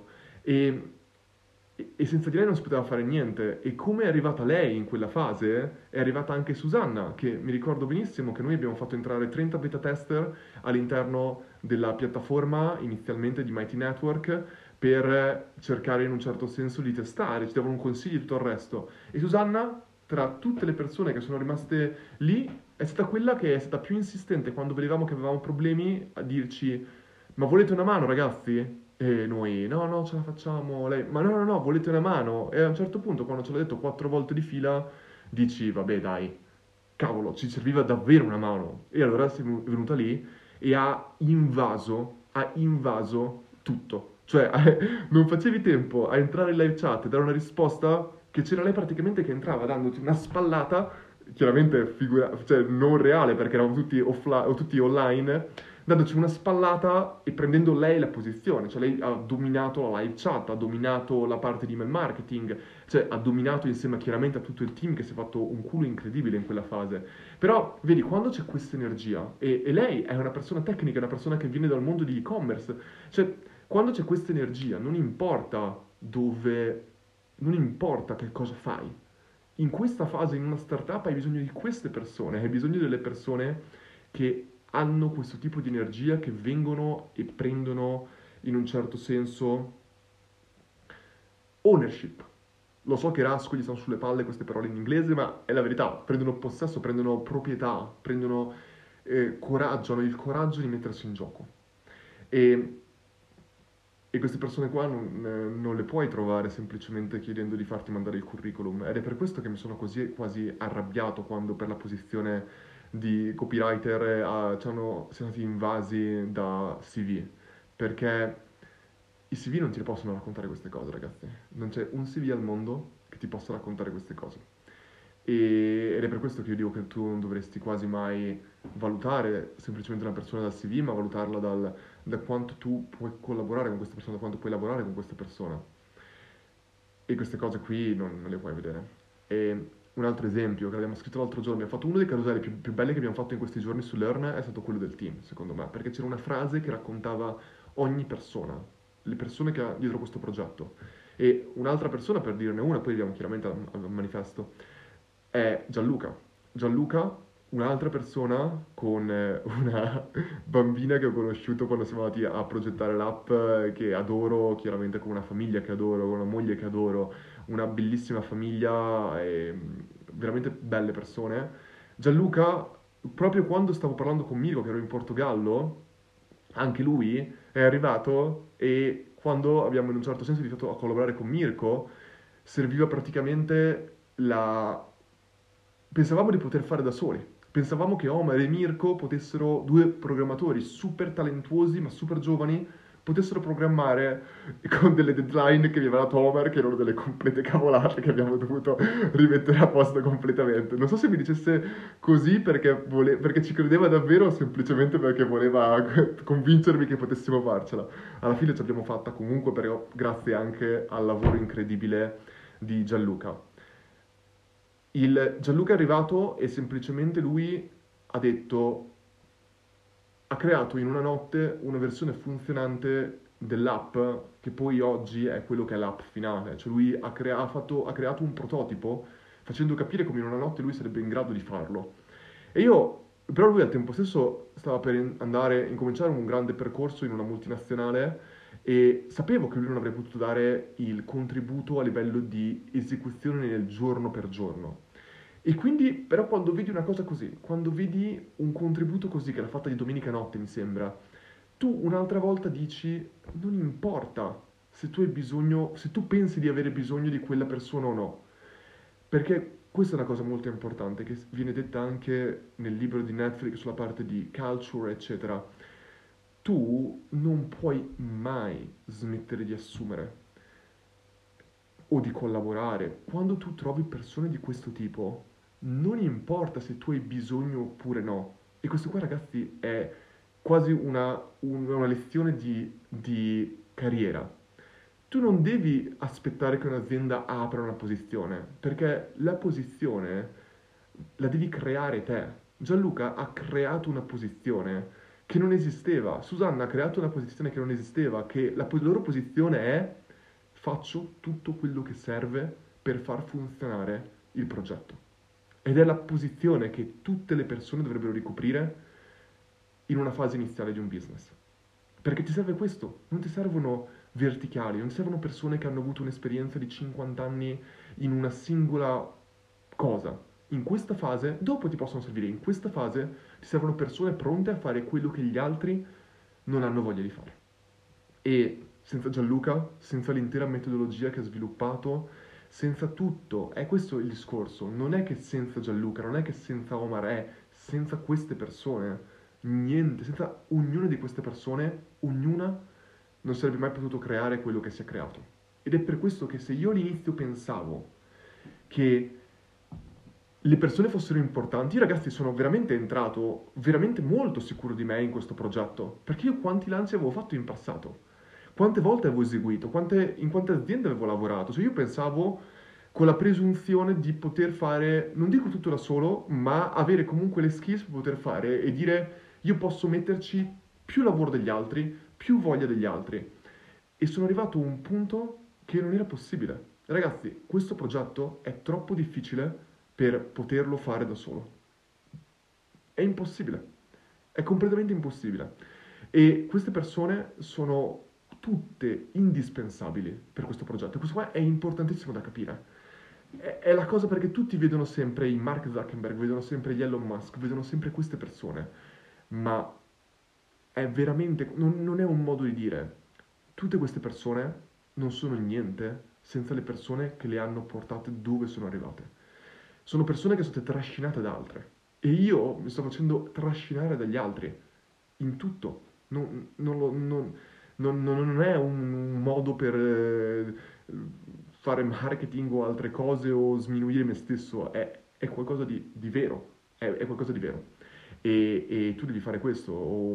E senza di lei non si poteva fare niente. E come è arrivata lei in quella fase, è arrivata anche Susanna, che mi ricordo benissimo che noi abbiamo fatto entrare 30 beta tester all'interno della piattaforma inizialmente di Mighty Network per cercare in un certo senso di testare, ci davano un consiglio e tutto il resto. E Susanna, tra tutte le persone che sono rimaste lì, è stata quella che è stata più insistente quando vedevamo che avevamo problemi a dirci: ma volete una mano, ragazzi? E noi, no, no, ce la facciamo. Lei, ma no, no, no, volete una mano? E a un certo punto, quando ce l'ha detto 4 volte di fila, dici, vabbè, dai, cavolo, ci serviva davvero una mano. E allora è venuta lì e ha invaso tutto. Cioè, non facevi tempo a entrare in live chat e dare una risposta che c'era lei praticamente che entrava dandoti una spallata, chiaramente cioè, non reale perché eravamo tutti offline o tutti online, dandoci una spallata e prendendo lei la posizione, cioè lei ha dominato la live chat, ha dominato la parte di email marketing, cioè ha dominato insieme chiaramente a tutto il team che si è fatto un culo incredibile in quella fase. Però vedi, quando c'è questa energia, e lei è una persona tecnica, è una persona che viene dal mondo di e-commerce, cioè quando c'è questa energia non importa dove, non importa che cosa fai. In questa fase, in una startup, hai bisogno di queste persone, hai bisogno delle persone che hanno questo tipo di energia, che vengono e prendono in un certo senso ownership. Lo so che Rasco gli stanno sulle palle queste parole in inglese, ma è la verità. Prendono possesso, prendono proprietà, prendono coraggio, hanno il coraggio di mettersi in gioco. E E queste persone qua non le puoi trovare semplicemente chiedendo di farti mandare il curriculum. Ed è per questo che mi sono così quasi arrabbiato quando per la posizione di copywriter siamo stati invasi da CV. Perché i CV non ti possono raccontare queste cose, ragazzi. Non c'è un CV al mondo che ti possa raccontare queste cose. Ed è per questo che io dico che tu non dovresti quasi mai valutare semplicemente una persona dal CV, ma valutarla da quanto tu puoi collaborare con questa persona, da quanto puoi lavorare con questa persona. E queste cose qui non le puoi vedere. E un altro esempio che abbiamo scritto l'altro giorno, abbiamo fatto uno dei caroselli più belli che abbiamo fatto in questi giorni su Learn, è stato quello del team, secondo me, perché c'era una frase che raccontava ogni persona, le persone che ha dietro questo progetto. E un'altra persona, per dirne una, poi arriviamo chiaramente al manifesto, è Gianluca. Gianluca, un'altra persona con una bambina che ho conosciuto quando siamo andati a progettare l'app, che adoro, chiaramente con una famiglia che adoro, con una moglie che adoro, una bellissima famiglia e veramente belle persone. Gianluca, proprio quando stavo parlando con Mirko, che ero in Portogallo, anche lui è arrivato e quando abbiamo in un certo senso iniziato a collaborare con Mirko, serviva praticamente la... Pensavamo di poter fare da soli. Pensavamo che Omar e Mirko potessero, due programmatori super talentuosi ma super giovani, potessero programmare con delle deadline che mi aveva dato Omar, che erano delle complete cavolate che abbiamo dovuto rimettere a posto completamente. Non so se mi dicesse così perché ci credeva davvero o semplicemente perché voleva convincermi che potessimo farcela. Alla fine ce l'abbiamo fatta comunque, però grazie anche al lavoro incredibile di Gianluca. Il Gianluca è arrivato e semplicemente lui ha detto, ha creato in una notte una versione funzionante dell'app che poi oggi è quello che è l'app finale. Cioè lui ha creato un prototipo facendo capire come in una notte lui sarebbe in grado di farlo. E io, però lui al tempo stesso stava per incominciare un grande percorso in una multinazionale e sapevo che lui non avrebbe potuto dare il contributo a livello di esecuzione nel giorno per giorno. E quindi, però, quando vedi una cosa così, quando vedi un contributo così, che l'ha fatta di domenica notte, mi sembra, tu un'altra volta dici, non importa se tu hai bisogno, se tu pensi di avere bisogno di quella persona o no. Perché questa è una cosa molto importante, che viene detta anche nel libro di Netflix sulla parte di culture, eccetera. Tu non puoi mai smettere di assumere o di collaborare. Quando tu trovi persone di questo tipo, non importa se tu hai bisogno oppure no. E questo qua, ragazzi, è quasi una lezione di carriera. Tu non devi aspettare che un'azienda apra una posizione, perché la posizione la devi creare te. Gianluca ha creato una posizione che non esisteva. Susanna ha creato una posizione che non esisteva, che la loro posizione è faccio tutto quello che serve per far funzionare il progetto. Ed è la posizione che tutte le persone dovrebbero ricoprire in una fase iniziale di un business. Perché ti serve questo, non ti servono verticali, non ti servono persone che hanno avuto un'esperienza di 50 anni in una singola cosa. In questa fase, dopo ti possono servire, in questa fase ti servono persone pronte a fare quello che gli altri non hanno voglia di fare. E senza Gianluca, senza l'intera metodologia che ha sviluppato, senza tutto, è questo il discorso, non è che senza Gianluca, non è che senza Omar, è senza queste persone, niente, senza ognuna di queste persone, ognuna non sarebbe mai potuto creare quello che si è creato. Ed è per questo che se io all'inizio pensavo che le persone fossero importanti, io ragazzi sono veramente entrato veramente molto sicuro di me in questo progetto, perché io quanti lanci avevo fatto in passato, quante volte avevo eseguito, in quante aziende avevo lavorato, cioè io pensavo con la presunzione di poter fare, non dico tutto da solo, ma avere comunque le skills per poter fare e dire io posso metterci più lavoro degli altri, più voglia degli altri. E sono arrivato a un punto che non era possibile. Ragazzi, questo progetto è troppo difficile per poterlo fare da solo. È impossibile. È completamente impossibile. E queste persone sono tutte indispensabili per questo progetto. Questo qua è importantissimo da capire. È la cosa perché tutti vedono sempre i Mark Zuckerberg, vedono sempre gli Elon Musk, vedono sempre queste persone, ma è veramente, non è un modo di dire. tutte queste persone non sono niente senza le persone che le hanno portate dove sono arrivate. Sono persone che sono state trascinate da altre. E io mi sto facendo trascinare dagli altri in tutto. Non è un modo per fare marketing o altre cose o sminuire me stesso, è qualcosa di vero, è qualcosa di vero. E tu devi fare questo.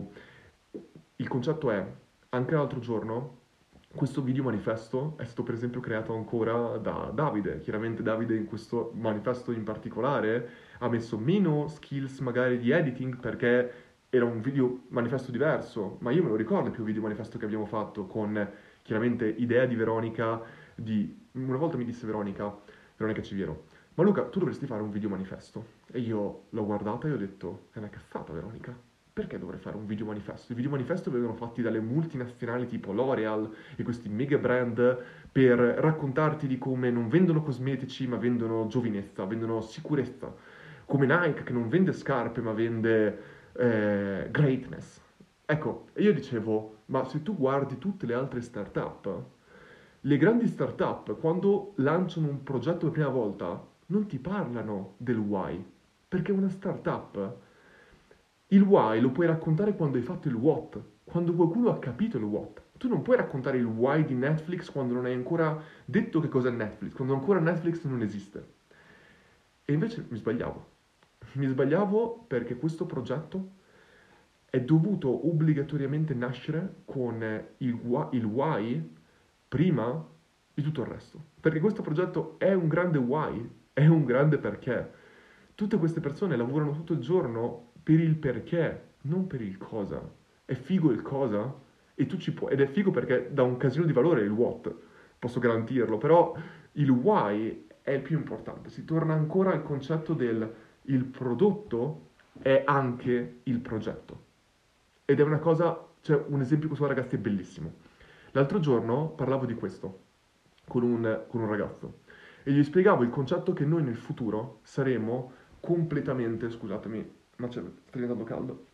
Il concetto è, anche l'altro giorno, questo video manifesto è stato per esempio creato ancora da Davide. Chiaramente Davide in questo manifesto in particolare ha messo meno skills magari di editing perché era un video manifesto diverso, ma io me lo ricordo più video manifesto che abbiamo fatto con chiaramente idea di Veronica, una volta mi disse Veronica Civiero, ma Luca, tu dovresti fare un video manifesto. E io l'ho guardata e ho detto, è una cazzata Veronica, perché dovrei fare un video manifesto? I video manifesto vengono fatti dalle multinazionali tipo L'Oreal e questi mega brand per raccontarti di come non vendono cosmetici ma vendono giovinezza, vendono sicurezza. Come Nike che non vende scarpe ma vende greatness. Ecco, e io dicevo, ma se tu guardi tutte le altre startup, le grandi startup quando lanciano un progetto per prima volta non ti parlano del why, perché una startup il why lo puoi raccontare quando hai fatto il what, quando qualcuno ha capito il what. Tu non puoi raccontare il why di Netflix quando non hai ancora detto che cos'è Netflix, quando ancora Netflix non esiste. E invece mi sbagliavo. Mi sbagliavo perché questo progetto è dovuto obbligatoriamente nascere con il why prima di tutto il resto. Perché questo progetto è un grande why, è un grande perché. Tutte queste persone lavorano tutto il giorno per il perché, non per il cosa. È figo il cosa e tu ci puoi, ed è figo perché dà un casino di valore il what, posso garantirlo, però il why è il più importante. Si torna ancora al concetto del il prodotto è anche il progetto. Ed è una cosa, cioè un esempio questo ragazzi è bellissimo. L'altro giorno parlavo di questo con un ragazzo e gli spiegavo il concetto che noi nel futuro saremo completamente, scusatemi, ma sta diventando caldo,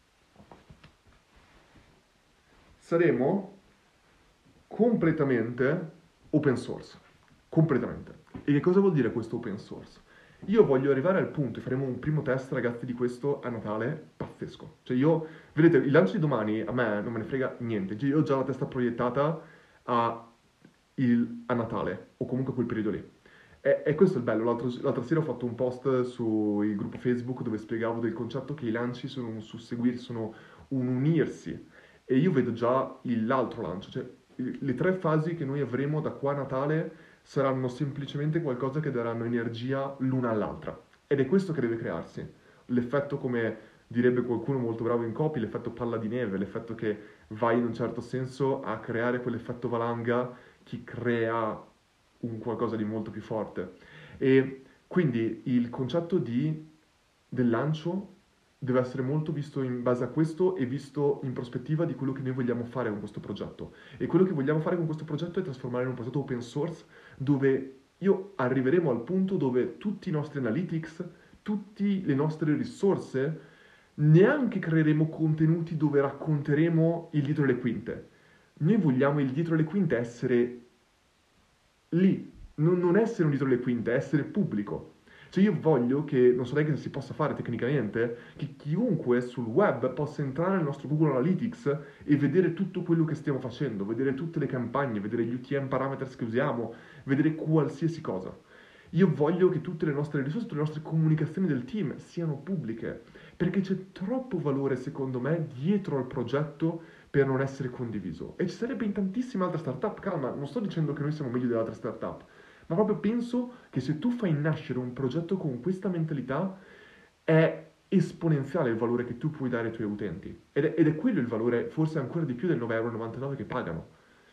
saremo completamente open source. Completamente. E che cosa vuol dire questo open source? Io voglio arrivare al punto, e faremo un primo test ragazzi di questo a Natale, pazzesco. Cioè io, vedete, il lancio di domani a me non me ne frega niente, cioè io ho già la testa proiettata a Natale, o comunque a quel periodo lì. E questo è il bello, l'altra sera ho fatto un post sul gruppo Facebook dove spiegavo del concetto che i lanci sono un susseguirsi, sono un unirsi. E io vedo già l'altro lancio, cioè le tre fasi che noi avremo da qua a Natale saranno semplicemente qualcosa che daranno energia l'una all'altra. Ed è questo che deve crearsi. L'effetto, come direbbe qualcuno molto bravo in copy, l'effetto palla di neve, l'effetto che vai in un certo senso a creare quell'effetto valanga che crea un qualcosa di molto più forte. E quindi il concetto del lancio deve essere molto visto in base a questo e visto in prospettiva di quello che noi vogliamo fare con questo progetto. E quello che vogliamo fare con questo progetto è trasformare in un progetto open source dove arriveremo al punto dove tutti i nostri analytics, tutte le nostre risorse, neanche creeremo contenuti dove racconteremo il dietro le quinte. Noi vogliamo il dietro le quinte essere lì, non essere un dietro le quinte, essere pubblico. Cioè io voglio che, non so neanche se si possa fare tecnicamente, che chiunque sul web possa entrare nel nostro Google Analytics e vedere tutto quello che stiamo facendo, vedere tutte le campagne, vedere gli UTM parameters che usiamo, vedere qualsiasi cosa. Io voglio che tutte le nostre risorse, tutte le nostre comunicazioni del team siano pubbliche, perché c'è troppo valore, secondo me, dietro al progetto per non essere condiviso. E ci sarebbe in tantissime altre startup, calma, non sto dicendo che noi siamo meglio delle altre startup, ma proprio penso che se tu fai nascere un progetto con questa mentalità, è esponenziale il valore che tu puoi dare ai tuoi utenti. Ed è quello il valore, forse ancora di più del 9,99 € che pagano.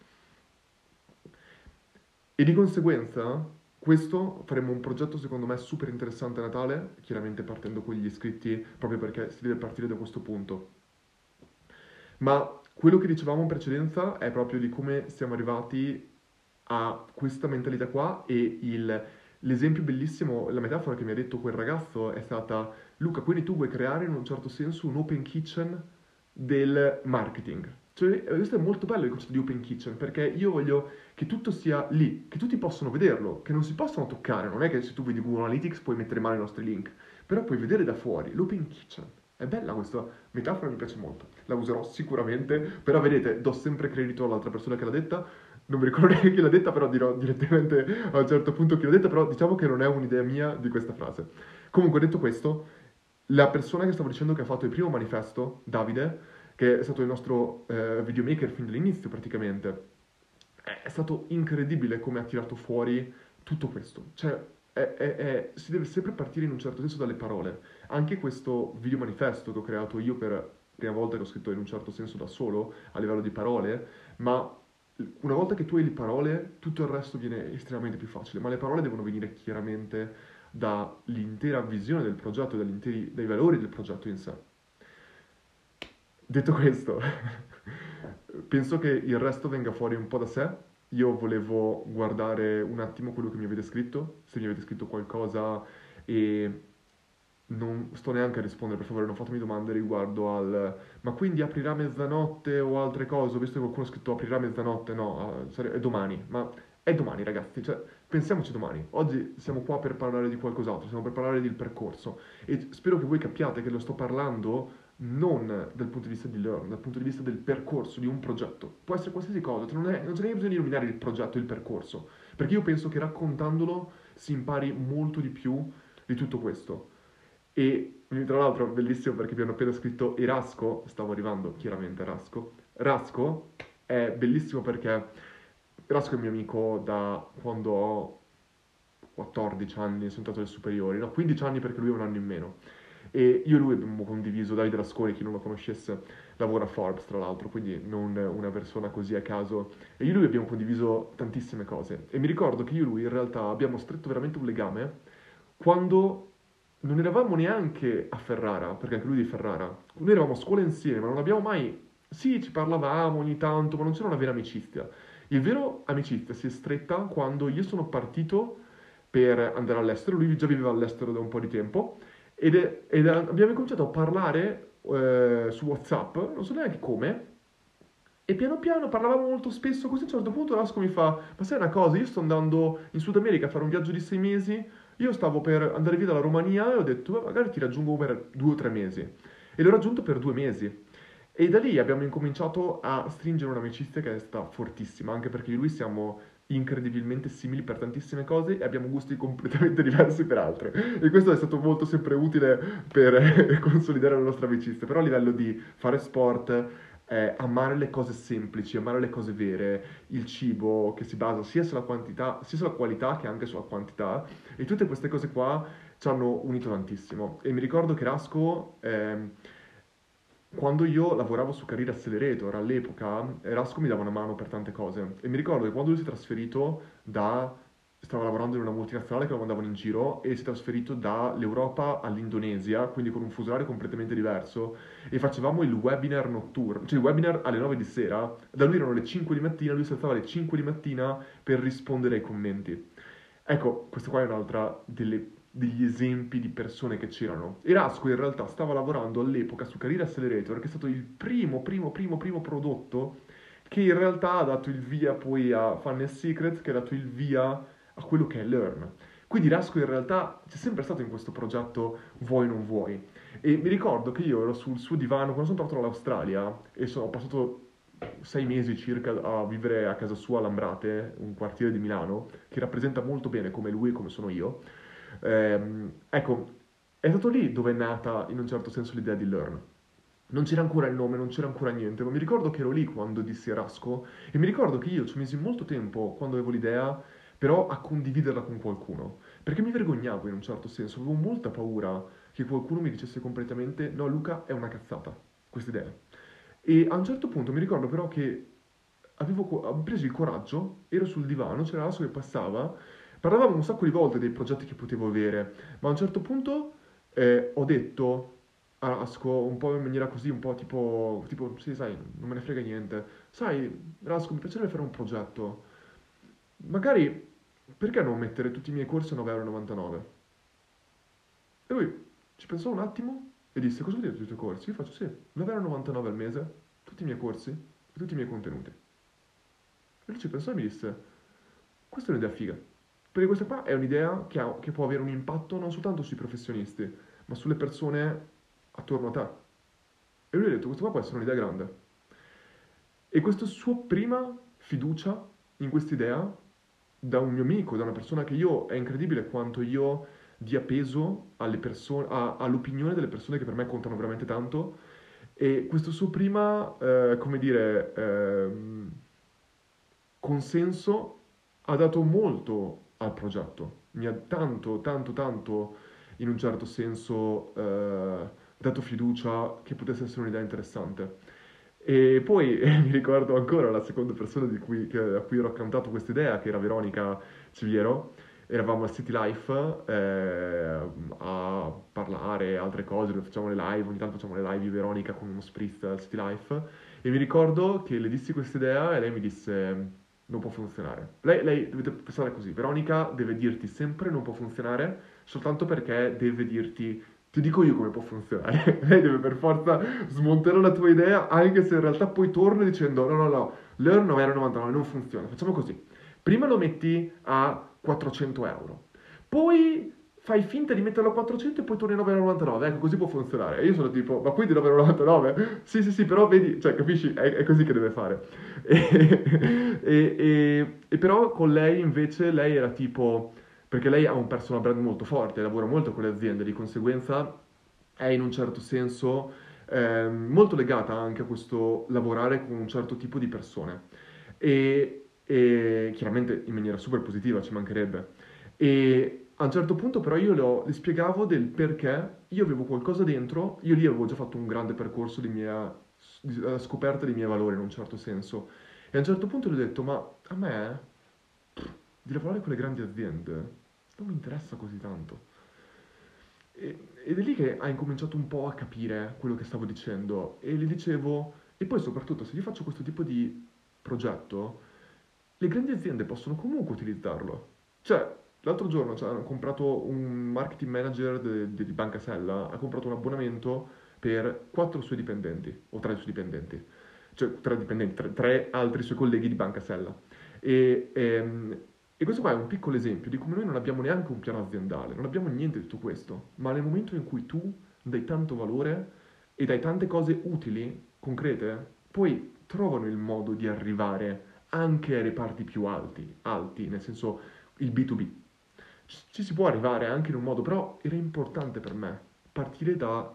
E di conseguenza, questo faremo un progetto secondo me super interessante a Natale, chiaramente partendo con gli iscritti, proprio perché si deve partire da questo punto. Ma quello che dicevamo in precedenza è proprio di come siamo arrivati a questa mentalità qua e l'esempio bellissimo, la metafora che mi ha detto quel ragazzo è stata Luca, quindi tu vuoi creare in un certo senso un open kitchen del marketing. Cioè, questo è molto bello il concetto di open kitchen, perché io voglio che tutto sia lì, che tutti possano vederlo, che non si possano toccare. Non è che se tu vedi Google Analytics puoi mettere mano ai nostri link, però puoi vedere da fuori l'open kitchen. È bella questa metafora, mi piace molto. La userò sicuramente, però vedete, do sempre credito all'altra persona che l'ha detta. Non mi ricordo neanche chi l'ha detta, però dirò direttamente a un certo punto chi l'ha detta, però diciamo che non è un'idea mia di questa frase. Comunque, detto questo, la persona che stavo dicendo che ha fatto il primo manifesto, Davide, che è stato il nostro videomaker fin dall'inizio praticamente, è stato incredibile come ha tirato fuori tutto questo. Cioè, si deve sempre partire in un certo senso dalle parole. Anche questo video manifesto che ho creato io per la prima volta che ho scritto in un certo senso da solo, a livello di parole, ma una volta che tu hai le parole, tutto il resto viene estremamente più facile, ma le parole devono venire chiaramente dall'intera visione del progetto, dai valori del progetto in sé. Detto questo, penso che il resto venga fuori un po' da sé. Io volevo guardare un attimo quello che mi avete scritto, se mi avete scritto qualcosa e non sto neanche a rispondere, per favore, non fatemi domande riguardo al ma quindi aprirà mezzanotte o altre cose. Ho visto che qualcuno ha scritto aprirà mezzanotte, no, è domani, ma è domani ragazzi, cioè pensiamoci domani. Oggi siamo qua per parlare di qualcos'altro, siamo per parlare del percorso e spero che voi capiate che lo sto parlando non dal punto di vista di learn, dal punto di vista del percorso di un progetto. Può essere qualsiasi cosa, cioè non c'è neanche bisogno di illuminare il progetto, il percorso, perché io penso che raccontandolo si impari molto di più di tutto questo. E tra l'altro bellissimo perché mi hanno appena scritto Erasco, stavo arrivando chiaramente a Rasco. Rasco è bellissimo perché Rasco è mio amico da quando ho 14 anni, sono entrato alle superiori, no, 15 anni perché lui è un anno in meno. E io e lui abbiamo condiviso, Davide Rasconi, chi non lo conoscesse, lavora a Forbes tra l'altro, quindi non una persona così a caso. E io e lui abbiamo condiviso tantissime cose. E mi ricordo che io e lui in realtà abbiamo stretto veramente un legame quando non eravamo neanche a Ferrara, perché anche lui è di Ferrara. Noi eravamo a scuola insieme, ma non abbiamo mai... Sì, ci parlavamo ogni tanto, ma non c'era una vera amicizia. Il vero amicizia si è stretta quando io sono partito per andare all'estero, lui già viveva all'estero da un po' di tempo, abbiamo cominciato a parlare su WhatsApp, non so neanche come, e piano piano parlavamo molto spesso, così a un certo punto Lasco mi fa, ma sai una cosa, io sto andando in Sud America a fare un viaggio di 6 mesi, io stavo per andare via dalla Romania e ho detto, beh, magari ti raggiungo per 2 o 3 mesi. E l'ho raggiunto per 2 mesi. E da lì abbiamo incominciato a stringere un'amicizia che è stata fortissima, anche perché io e lui siamo incredibilmente simili per tantissime cose e abbiamo gusti completamente diversi per altre. E questo è stato molto sempre utile per consolidare la nostra amicizia. Però a livello di fare sport, amare le cose semplici, amare le cose vere, il cibo che si basa sia sulla quantità, sia sulla qualità che anche sulla quantità, e tutte queste cose qua ci hanno unito tantissimo. E mi ricordo che Rasco, quando io lavoravo su Career Accelerator all'epoca, Rasco mi dava una mano per tante cose. E mi ricordo che quando lui si è trasferito stava lavorando in una multinazionale che lo mandavano in giro e si è trasferito dall'Europa all'Indonesia, quindi con un fuso orario completamente diverso, e facevamo il webinar notturno, cioè il webinar alle 9 di sera, da lui erano le 5 di mattina, lui si alzava alle 5 di mattina per rispondere ai commenti. Ecco, questa qua è un'altra degli esempi di persone che c'erano. Erasco in realtà stava lavorando all'epoca su Career Accelerator, che è stato il primo prodotto che in realtà ha dato il via poi a Funnel Secrets, che ha dato il via a quello che è Learn. Quindi Rasco in realtà c'è sempre stato in questo progetto vuoi o non vuoi. E mi ricordo che io ero sul suo divano quando sono tornato dall'Australia e ho passato 6 mesi circa a vivere a casa sua a Lambrate, un quartiere di Milano, che rappresenta molto bene come lui e come sono io. Ecco, è stato lì dove è nata in un certo senso l'idea di Learn. Non c'era ancora il nome, non c'era ancora niente, ma mi ricordo che ero lì quando dissi a Rasco e mi ricordo che io ci misi molto tempo quando avevo l'idea, però a condividerla con qualcuno, perché mi vergognavo in un certo senso, avevo molta paura che qualcuno mi dicesse completamente no Luca è una cazzata, questa idea. E a un certo punto mi ricordo però che avevo preso il coraggio, ero sul divano, c'era Rasco che passava, parlavamo un sacco di volte dei progetti che potevo avere, ma a un certo punto ho detto a Rasco, un po' in maniera così, un po' tipo, sì, sai, non me ne frega niente. Sai, Rasco, mi piacerebbe fare un progetto. Magari, perché non mettere tutti i miei corsi a 9,99 €? E lui ci pensò un attimo e disse, cosa vuol dire tutti i tuoi corsi? Io faccio, sì, 9,99 € al mese, tutti i miei corsi. tutti i miei contenuti. E lui ci pensò e mi disse, questa è un'idea figa, perché questa qua è un'idea che può avere un impatto non soltanto sui professionisti, ma sulle persone attorno a te. E lui ha detto, questa qua può essere un'idea grande. E questa sua prima fiducia in quest'idea, da un mio amico, da una persona che io, è incredibile quanto io dia peso alle persone, all'opinione delle persone che per me contano veramente tanto. E questo suo prima, come dire, consenso ha dato molto al progetto. Mi ha tanto, tanto, tanto, in un certo senso, dato fiducia che potesse essere un'idea interessante. E poi mi ricordo ancora la seconda persona a cui ho raccontato questa idea, che era Veronica Civiero. Eravamo al City Life a parlare altre cose, dove facciamo le live, ogni tanto facciamo le live di Veronica con uno spritz al City Life. E mi ricordo che le dissi questa idea e lei mi disse non può funzionare. Lei dovete pensare così, Veronica deve dirti sempre non può funzionare soltanto perché deve dirti ti dico io come può funzionare. Lei deve per forza smontare la tua idea, anche se in realtà poi torna dicendo no, no, no, l'Euro 9,99 non funziona. Facciamo così. Prima lo metti a 400 euro, poi fai finta di metterlo a 400 e poi torni a 9,99. Ecco, così può funzionare. E io sono tipo, ma quindi 9,99? Sì, sì, sì, però vedi, cioè, capisci? È così che deve fare. E però con lei invece, lei era tipo perché lei ha un personal brand molto forte, lavora molto con le aziende, di conseguenza è in un certo senso molto legata anche a questo lavorare con un certo tipo di persone e chiaramente in maniera super positiva, ci mancherebbe. E a un certo punto però le spiegavo del perché io avevo qualcosa dentro, io lì avevo già fatto un grande percorso di scoperta dei miei valori in un certo senso. E a un certo punto le ho detto, ma a me di lavorare con le grandi aziende non mi interessa così tanto. Ed è lì che ha incominciato un po' a capire quello che stavo dicendo e gli dicevo, e poi soprattutto se io faccio questo tipo di progetto, le grandi aziende possono comunque utilizzarlo. Cioè, l'altro giorno hanno comprato un marketing manager di Banca Sella, ha comprato un abbonamento per 4 suoi dipendenti, o 3 suoi dipendenti, cioè 3 dipendenti, 3 altri suoi colleghi di Banca Sella. E, ehm, e questo qua è un piccolo esempio di come noi non abbiamo neanche un piano aziendale, non abbiamo niente di tutto questo, ma nel momento in cui tu dai tanto valore e dai tante cose utili, concrete, poi trovano il modo di arrivare anche ai reparti più alti, nel senso il B2B. Ci si può arrivare anche in un modo, però era importante per me partire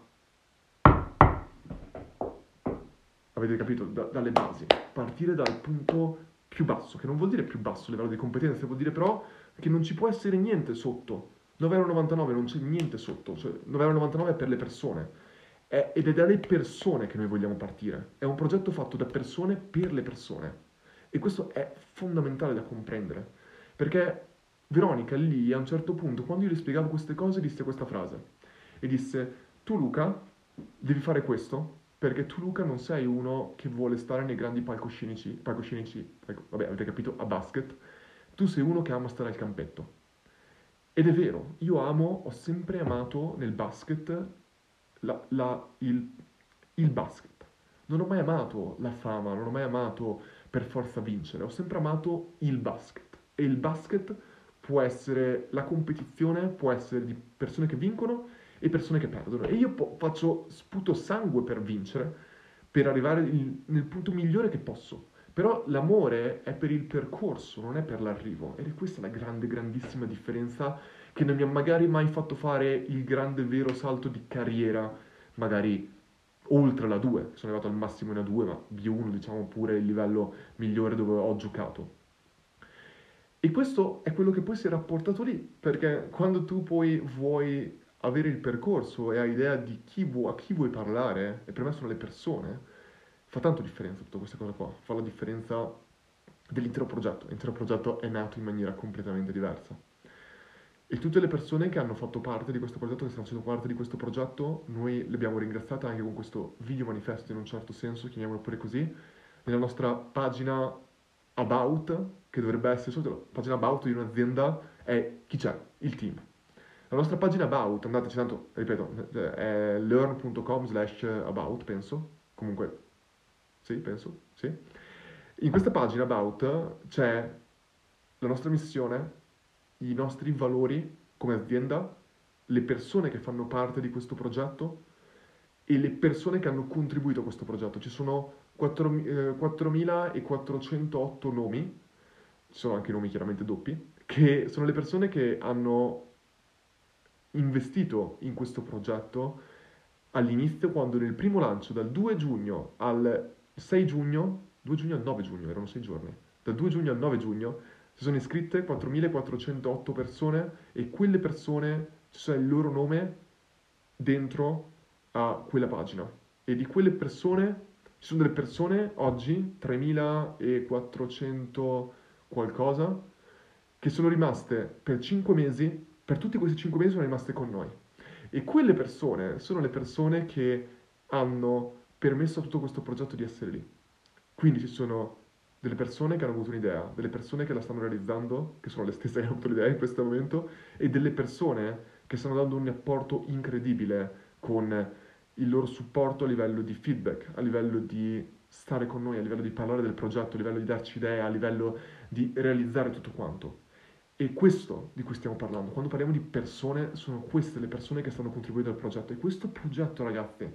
avete capito, dalle basi, partire dal punto più basso, che non vuol dire più basso a livello di competenze, vuol dire però che non ci può essere niente sotto. 9,99 non c'è niente sotto, cioè 9,99 è per le persone. Ed è dalle persone che noi vogliamo partire. È un progetto fatto da persone per le persone. E questo è fondamentale da comprendere. Perché Veronica lì, a un certo punto, quando io le spiegavo queste cose, disse questa frase. E disse, tu Luca, devi fare questo, perché tu Luca non sei uno che vuole stare nei grandi palcoscenici, ecco, vabbè, avete capito, a basket. Tu sei uno che ama stare al campetto. Ed è vero, ho sempre amato nel basket la- la- il, il basket. Non ho mai amato la fama, non ho mai amato per forza vincere, ho sempre amato il basket. E il basket può essere, la competizione può essere di persone che vincono e persone che perdono. E io sputo sangue per vincere, per arrivare nel punto migliore che posso. Però l'amore è per il percorso, non è per l'arrivo. Ed è questa la grande, grandissima differenza che non mi ha magari mai fatto fare il grande vero salto di carriera, magari oltre la 2, sono arrivato al massimo in A2, ma B1 diciamo pure il livello migliore dove ho giocato. E questo è quello che poi si è rapportato lì, perché quando tu poi vuoi avere il percorso e hai idea di a chi vuoi parlare, e per me sono le persone, fa tanto differenza tutta questa cosa qua, fa la differenza dell'intero progetto. L'intero progetto è nato in maniera completamente diversa. E tutte le persone che hanno fatto parte di questo progetto, che stanno facendo parte di questo progetto, noi le abbiamo ringraziate anche con questo video manifesto in un certo senso, chiamiamolo pure così, nella nostra pagina About, che dovrebbe essere solito la pagina About di un'azienda, è chi c'è, il team. La nostra pagina About, andateci tanto, ripeto, è learn.com/about, penso, comunque, sì, penso, sì. In questa pagina About c'è la nostra missione, i nostri valori come azienda, le persone che fanno parte di questo progetto e le persone che hanno contribuito a questo progetto. Ci sono 4.408 nomi, ci sono anche nomi chiaramente doppi, che sono le persone che hanno investito in questo progetto all'inizio, quando nel primo lancio, dal 2 giugno al 6 giugno, 2 giugno al 9 giugno, erano 6 giorni, dal 2 giugno al 9 giugno si sono iscritte 4.408 persone e quelle persone, c'è il loro nome dentro a quella pagina. E di quelle persone, ci sono delle persone oggi, 3.400 qualcosa, che sono rimaste per 5 mesi, per tutti questi 5 mesi sono rimaste con noi. E quelle persone sono le persone che hanno permesso a tutto questo progetto di essere lì. Quindi ci sono delle persone che hanno avuto un'idea, delle persone che la stanno realizzando, che sono le stesse che hanno avuto l'idea in questo momento, e delle persone che stanno dando un apporto incredibile con il loro supporto a livello di feedback, a livello di stare con noi, a livello di parlare del progetto, a livello di darci idee, a livello di realizzare tutto quanto. E questo di cui stiamo parlando, quando parliamo di persone, sono queste le persone che stanno contribuendo al progetto. E questo progetto, ragazzi,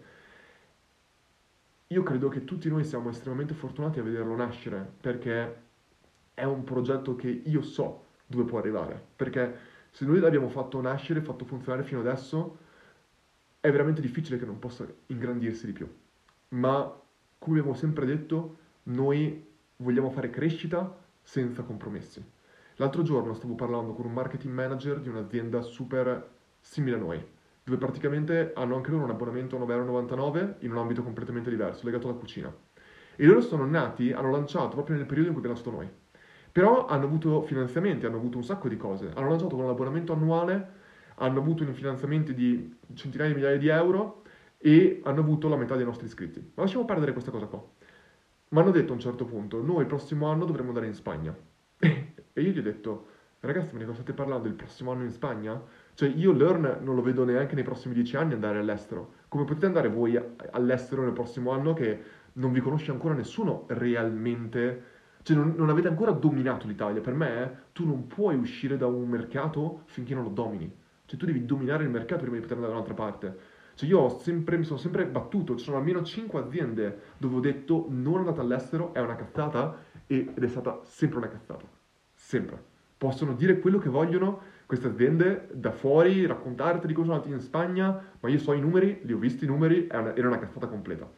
io credo che tutti noi siamo estremamente fortunati a vederlo nascere, perché è un progetto che io so dove può arrivare. Perché se noi l'abbiamo fatto nascere, fatto funzionare fino adesso, è veramente difficile che non possa ingrandirsi di più. Ma, come abbiamo sempre detto, noi vogliamo fare crescita senza compromessi. L'altro giorno stavo parlando con un marketing manager di un'azienda super simile a noi, dove praticamente hanno anche loro un abbonamento a 9,99 € in un ambito completamente diverso, legato alla cucina. E loro sono nati, hanno lanciato proprio nel periodo in cui abbiamo lanciato noi. Però hanno avuto finanziamenti, hanno avuto un sacco di cose. Hanno lanciato con un abbonamento annuale, hanno avuto un finanziamenti di centinaia di migliaia di euro e hanno avuto la metà dei nostri iscritti. Ma lasciamo perdere questa cosa qua. Mi hanno detto a un certo punto, noi il prossimo anno dovremmo andare in Spagna. E io gli ho detto, ragazzi, ma di cosa state parlando? Il prossimo anno in Spagna? Cioè, io Learn non lo vedo neanche nei prossimi 10 anni andare all'estero. Come potete andare voi all'estero nel prossimo anno che non vi conosce ancora nessuno realmente? Cioè, non avete ancora dominato l'Italia. Per me, tu non puoi uscire da un mercato finché non lo domini. Cioè, tu devi dominare il mercato prima di poter andare da un'altra parte. Cioè, mi sono sempre battuto. Ci sono almeno 5 aziende dove ho detto non andate all'estero, è una cazzata, ed è stata sempre una cazzata. Sempre. Possono dire quello che vogliono queste aziende da fuori, raccontarti di cosa sono andati in Spagna, ma io so i numeri, li ho visti i numeri, era una cazzata completa.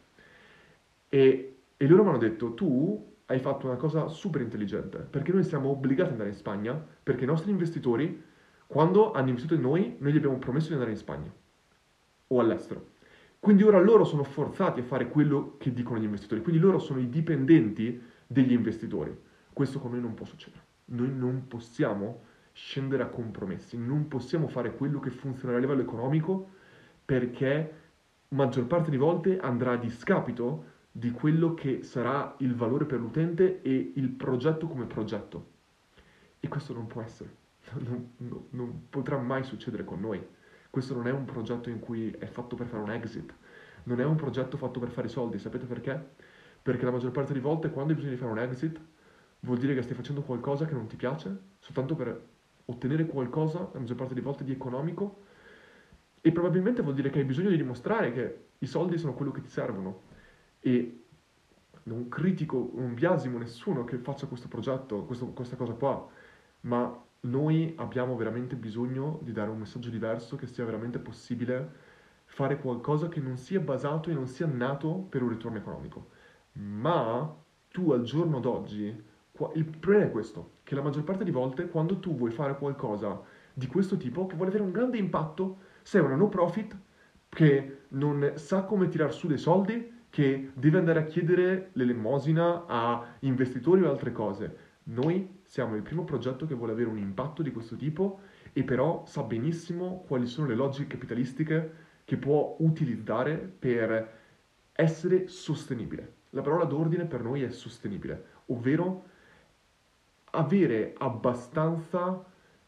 E loro mi hanno detto, tu hai fatto una cosa super intelligente, perché noi siamo obbligati ad andare in Spagna, perché i nostri investitori, quando hanno investito in noi gli abbiamo promesso di andare in Spagna o all'estero. Quindi ora loro sono forzati a fare quello che dicono gli investitori, quindi loro sono i dipendenti degli investitori. Questo con noi non può succedere. Noi non possiamo scendere a compromessi, non possiamo fare quello che funzionerà a livello economico perché maggior parte di volte andrà a discapito di quello che sarà il valore per l'utente e il progetto come progetto. E questo non può essere, non potrà mai succedere con noi. Questo non è un progetto in cui è fatto per fare un exit, non è un progetto fatto per fare i soldi, sapete perché? Perché la maggior parte delle volte quando hai bisogno di fare un exit vuol dire che stai facendo qualcosa che non ti piace, soltanto per ottenere qualcosa, la maggior parte delle volte di economico, e probabilmente vuol dire che hai bisogno di dimostrare che i soldi sono quello che ti servono. E non critico, non biasimo nessuno che faccia questo progetto, questa cosa qua, ma noi abbiamo veramente bisogno di dare un messaggio diverso, che sia veramente possibile fare qualcosa che non sia basato e non sia nato per un ritorno economico. Ma tu al giorno d'oggi, il problema è questo, che la maggior parte di volte quando tu vuoi fare qualcosa di questo tipo, che vuole avere un grande impatto, sei una no profit che non sa come tirar su dei soldi, che deve andare a chiedere l'elemosina a investitori o altre cose. Noi siamo il primo progetto che vuole avere un impatto di questo tipo e però sa benissimo quali sono le logiche capitalistiche che può utilizzare per essere sostenibile. La parola d'ordine per noi è sostenibile, ovvero avere abbastanza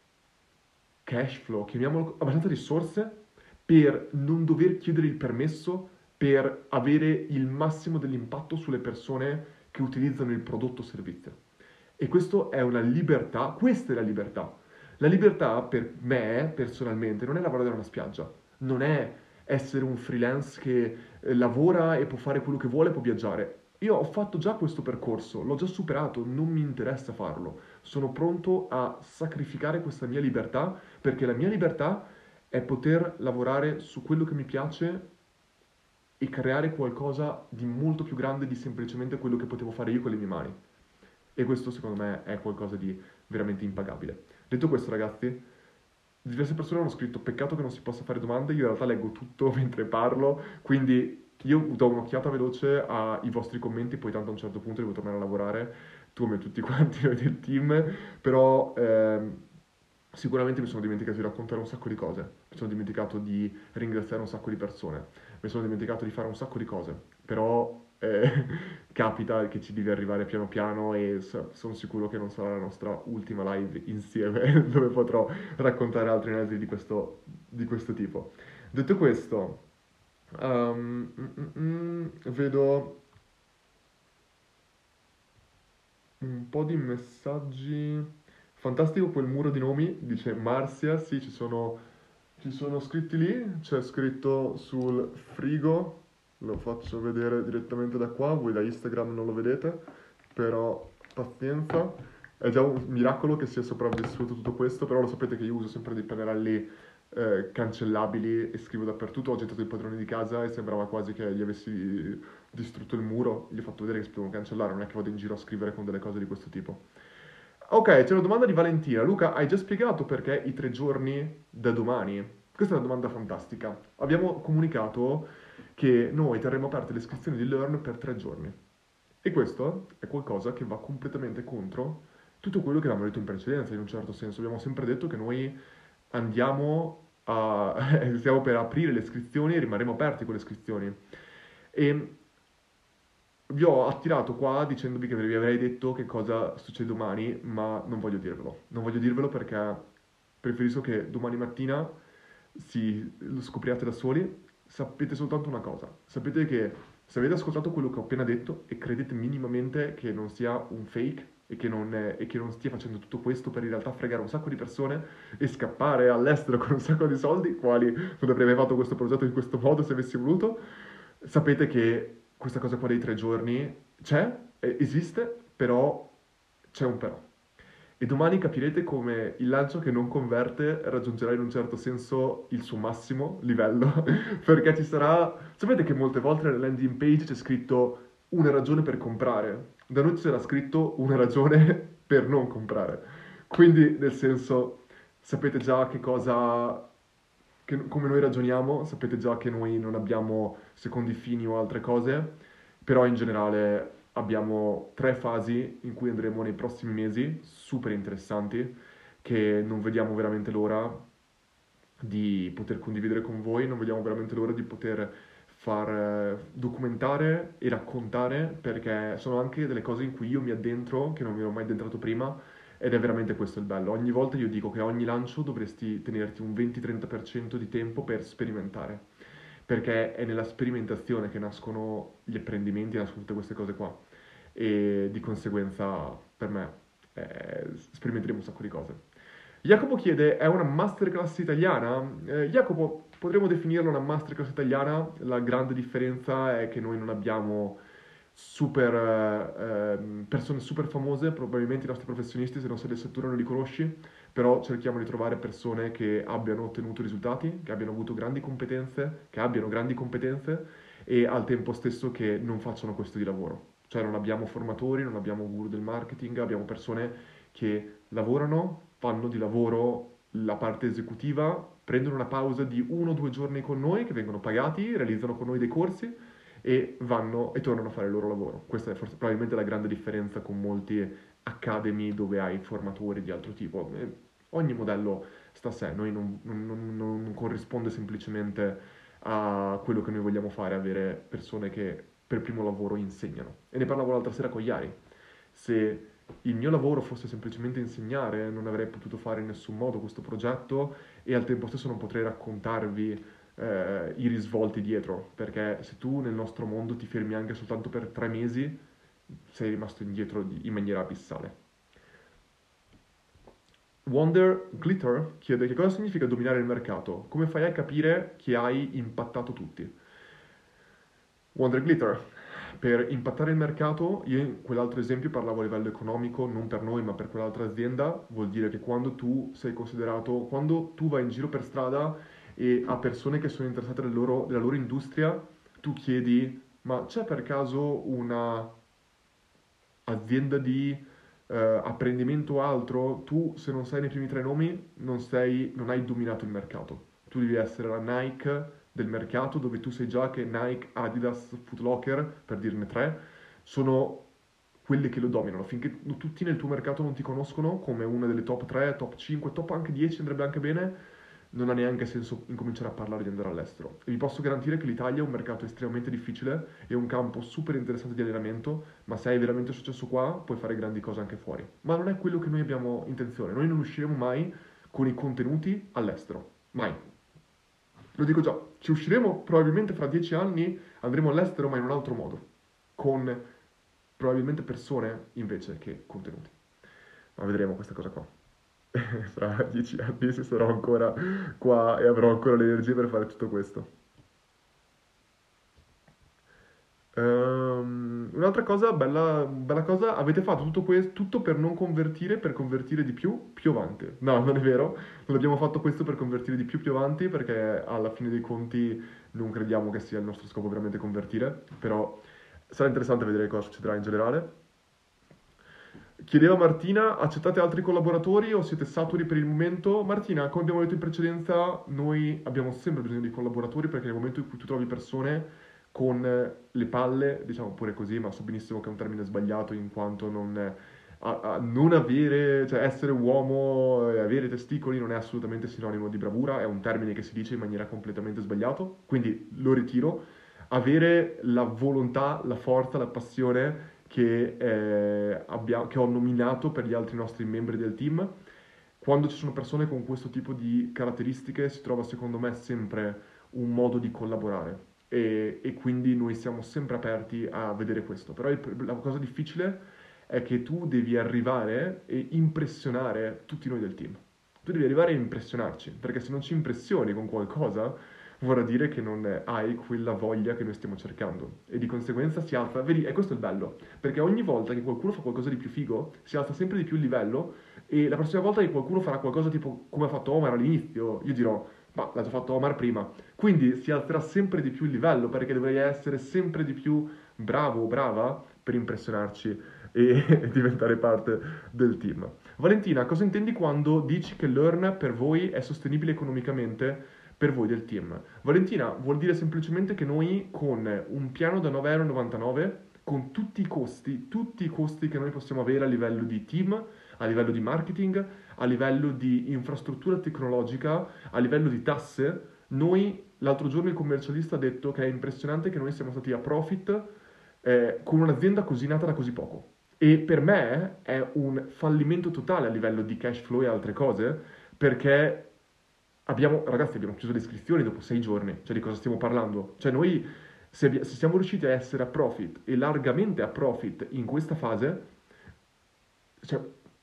cash flow, chiamiamolo abbastanza risorse per non dover chiedere il permesso per avere il massimo dell'impatto sulle persone che utilizzano il prodotto o servizio. E questa è una libertà, questa è la libertà. La libertà per me, personalmente, non è lavorare da una spiaggia, non è essere un freelance che lavora e può fare quello che vuole e può viaggiare. Io ho fatto già questo percorso, l'ho già superato, non mi interessa farlo. Sono pronto a sacrificare questa mia libertà perché la mia libertà è poter lavorare su quello che mi piace e creare qualcosa di molto più grande di semplicemente quello che potevo fare io con le mie mani. E questo secondo me è qualcosa di veramente impagabile. Detto questo, ragazzi, diverse persone hanno scritto peccato che non si possa fare domande, io in realtà leggo tutto mentre parlo, quindi io do un'occhiata veloce ai vostri commenti, poi tanto a un certo punto devo tornare a lavorare, tu come tutti quanti noi del team, però sicuramente mi sono dimenticato di raccontare un sacco di cose, mi sono dimenticato di ringraziare un sacco di persone, mi sono dimenticato di fare un sacco di cose, però capita che ci devi arrivare piano piano e sono sicuro che non sarà la nostra ultima live insieme dove potrò raccontare altri inediti di questo tipo. Detto questo, vedo un po' di messaggi. Fantastico quel muro di nomi, dice Marcia, sì, ci sono scritti lì, c'è scritto sul frigo, lo faccio vedere direttamente da qua, voi da Instagram non lo vedete, però pazienza, è già un miracolo che sia sopravvissuto tutto questo, però lo sapete che io uso sempre dei pennarelli cancellabili e scrivo dappertutto, ho gettato i padroni di casa e sembrava quasi che gli avessi distrutto il muro, gli ho fatto vedere che si potevano cancellare, non è che vado in giro a scrivere con delle cose di questo tipo. Ok, c'è una domanda di Valentina. Luca, hai già spiegato perché i 3 giorni da domani? Questa è una domanda fantastica. Abbiamo comunicato che noi terremo aperte le iscrizioni di Learn per 3 giorni. E questo è qualcosa che va completamente contro tutto quello che avevamo detto in precedenza, in un certo senso. Abbiamo sempre detto che noi andiamo a... stiamo per aprire le iscrizioni e rimarremo aperti con le iscrizioni. E vi ho attirato qua dicendovi che vi avrei detto che cosa succede domani, ma non voglio dirvelo. Non voglio dirvelo perché preferisco che domani mattina lo scopriate da soli. Sapete soltanto una cosa. Sapete che se avete ascoltato quello che ho appena detto e credete minimamente che non sia un fake e che non stia facendo tutto questo per in realtà fregare un sacco di persone e scappare all'estero con un sacco di soldi, quali non avrei mai fatto questo progetto in questo modo se avessi voluto, sapete che questa cosa qua dei 3 giorni c'è, esiste, però c'è un però. E domani capirete come il lancio che non converte raggiungerà in un certo senso il suo massimo livello, perché ci sarà... Sapete che molte volte nella landing page c'è scritto una ragione per comprare, da noi c'era scritto una ragione per non comprare. Quindi, nel senso, sapete già che cosa... come noi ragioniamo, sapete già che noi non abbiamo secondi fini o altre cose, però in generale abbiamo 3 fasi in cui andremo nei prossimi mesi, super interessanti, che non vediamo veramente l'ora di poter condividere con voi, non vediamo veramente l'ora di poter far documentare e raccontare, perché sono anche delle cose in cui io mi addentro, che non mi ero mai addentrato prima, ed è veramente questo il bello. Ogni volta io dico che a ogni lancio dovresti tenerti un 20-30% di tempo per sperimentare, perché è nella sperimentazione che nascono gli apprendimenti, nascono tutte queste cose qua. E di conseguenza, per me, sperimenteremo un sacco di cose. Jacopo chiede, è una masterclass italiana? Jacopo, potremmo definirla una masterclass italiana, la grande differenza è che noi non abbiamo persone super famose, probabilmente i nostri professionisti, se non sei del settore non li conosci, però cerchiamo di trovare persone che abbiano ottenuto risultati, che abbiano avuto grandi competenze, che abbiano grandi competenze e al tempo stesso che non facciano questo di lavoro. Cioè non abbiamo formatori, non abbiamo guru del marketing, abbiamo persone che lavorano, fanno di lavoro la parte esecutiva, prendono una pausa di 1 o 2 giorni con noi, che vengono pagati, realizzano con noi dei corsi e vanno e tornano a fare il loro lavoro. Questa è forse probabilmente la grande differenza con molti academy dove hai formatori di altro tipo. Ogni modello sta a sé, noi non corrisponde semplicemente a quello che noi vogliamo fare, avere persone che per primo lavoro insegnano. E ne parlavo l'altra sera con Iari. Se il mio lavoro fosse semplicemente insegnare, non avrei potuto fare in nessun modo questo progetto e al tempo stesso non potrei raccontarvi i risvolti dietro, perché se tu nel nostro mondo ti fermi anche soltanto per 3 mesi, sei rimasto indietro in maniera abissale. Wonder Glitter chiede che cosa significa dominare il mercato, come fai a capire che hai impattato tutti? Wonder Glitter, per impattare il mercato, io in quell'altro esempio parlavo a livello economico, non per noi ma per quell'altra azienda, vuol dire che quando tu sei considerato, quando tu vai in giro per strada e a persone che sono interessate della loro industria, tu chiedi, ma c'è per caso una azienda di apprendimento o altro, tu se non sei nei primi tre nomi non hai dominato il mercato. Tu devi essere la Nike del mercato dove tu sai già che Nike, Adidas, Foot Locker, per dirne tre, sono quelli che lo dominano. Finché tutti nel tuo mercato non ti conoscono come una delle top 3, top 5, top anche 10 andrebbe anche bene, non ha neanche senso incominciare a parlare di andare all'estero. E vi posso garantire che l'Italia è un mercato estremamente difficile, è un campo super interessante di allenamento, ma se hai veramente successo qua, puoi fare grandi cose anche fuori. Ma non è quello che noi abbiamo intenzione. Noi non usciremo mai con i contenuti all'estero. Mai. Lo dico già, ci usciremo probabilmente fra 10 anni, andremo all'estero, ma in un altro modo. Con probabilmente persone invece che contenuti. Ma vedremo questa cosa qua. Fra 10 anni se sarò ancora qua e avrò ancora l'energia per fare tutto questo. Un'altra cosa, bella cosa, avete fatto tutto questo tutto per non convertire, per convertire di più avanti. No, non è vero, non abbiamo fatto questo per convertire di più avanti perché alla fine dei conti non crediamo che sia il nostro scopo veramente convertire, però sarà interessante vedere cosa succederà in generale. Chiedeva Martina, accettate altri collaboratori o siete saturi per il momento? Martina, come abbiamo detto in precedenza, noi abbiamo sempre bisogno di collaboratori perché nel momento in cui tu trovi persone con le palle, diciamo pure così, ma so benissimo che è un termine sbagliato in quanto non avere, cioè essere uomo e avere testicoli non è assolutamente sinonimo di bravura, è un termine che si dice in maniera completamente sbagliata, quindi lo ritiro. Avere la volontà, la forza, la passione che ho nominato per gli altri nostri membri del team. Quando ci sono persone con questo tipo di caratteristiche si trova secondo me sempre un modo di collaborare e quindi noi siamo sempre aperti a vedere questo. Però la cosa difficile è che tu devi arrivare e impressionare tutti noi del team. Tu devi arrivare a impressionarci, perché se non ci impressioni con qualcosa, vorrà dire che non hai quella voglia che noi stiamo cercando. E di conseguenza si alza, vedi, e questo è il bello, perché ogni volta che qualcuno fa qualcosa di più figo, si alza sempre di più il livello, e la prossima volta che qualcuno farà qualcosa tipo come ha fatto Omar all'inizio, io dirò, ma l'ha già fatto Omar prima. Quindi si alzerà sempre di più il livello, perché dovrei essere sempre di più bravo o brava per impressionarci e diventare parte del team. Valentina, cosa intendi quando dici che Learn per voi è sostenibile economicamente per voi del team? Valentina, vuol dire semplicemente che noi con un piano da 9,99 € con tutti i costi che noi possiamo avere a livello di team, a livello di marketing, a livello di infrastruttura tecnologica, a livello di tasse, noi l'altro giorno il commercialista ha detto che è impressionante che noi siamo stati a profit con un'azienda così nata da così poco. E per me è un fallimento totale a livello di cash flow e altre cose, perché ragazzi, abbiamo chiuso le iscrizioni dopo 6 giorni, cioè di cosa stiamo parlando? Cioè noi, se siamo riusciti a essere a profit e largamente a profit in questa fase, cioè,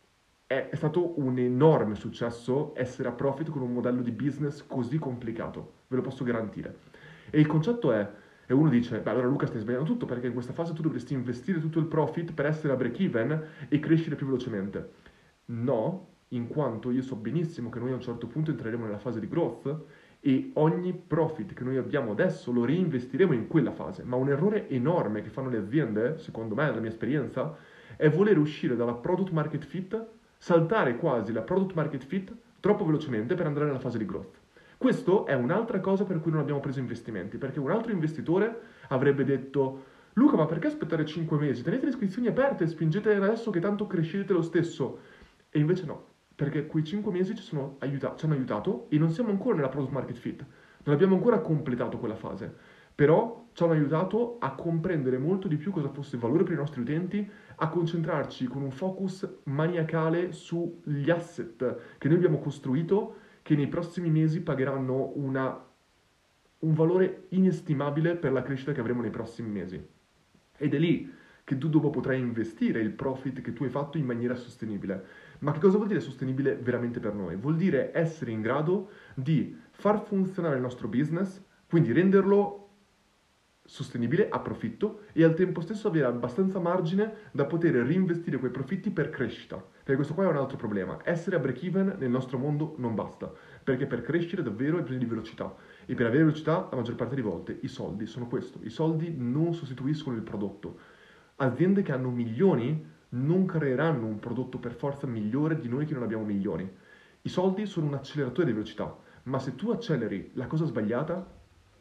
è stato un enorme successo essere a profit con un modello di business così complicato, ve lo posso garantire. E il concetto è, e uno dice, beh allora Luca stai sbagliando tutto perché in questa fase tu dovresti investire tutto il profit per essere a break even e crescere più velocemente. No, in quanto io so benissimo che noi a un certo punto entreremo nella fase di growth e ogni profit che noi abbiamo adesso lo reinvestiremo in quella fase. Ma un errore enorme che fanno le aziende, secondo me, nella mia esperienza, è voler uscire dalla product market fit, saltare quasi la product market fit troppo velocemente per andare nella fase di growth. Questo è un'altra cosa per cui non abbiamo preso investimenti, perché un altro investitore avrebbe detto Luca, ma perché aspettare 5 mesi? Tenete le iscrizioni aperte, spingete adesso che tanto crescete lo stesso. E invece no, perché quei 5 mesi ci hanno aiutato e non siamo ancora nella product market fit. Non abbiamo ancora completato quella fase. Però ci hanno aiutato a comprendere molto di più cosa fosse il valore per i nostri utenti, a concentrarci con un focus maniacale sugli asset che noi abbiamo costruito, che nei prossimi mesi pagheranno un valore inestimabile per la crescita che avremo nei prossimi mesi. Ed è lì che tu dopo potrai investire il profit che tu hai fatto in maniera sostenibile. Ma che cosa vuol dire sostenibile veramente per noi? Vuol dire essere in grado di far funzionare il nostro business, quindi renderlo sostenibile a profitto e al tempo stesso avere abbastanza margine da poter reinvestire quei profitti per crescita. Perché questo qua è un altro problema. Essere a break even nel nostro mondo non basta, perché per crescere davvero hai bisogno di velocità e per avere velocità la maggior parte delle volte i soldi sono questo. I soldi non sostituiscono il prodotto. Aziende che hanno milioni non creeranno un prodotto per forza migliore di noi che non abbiamo milioni. I soldi sono un acceleratore di velocità, ma se tu acceleri la cosa sbagliata,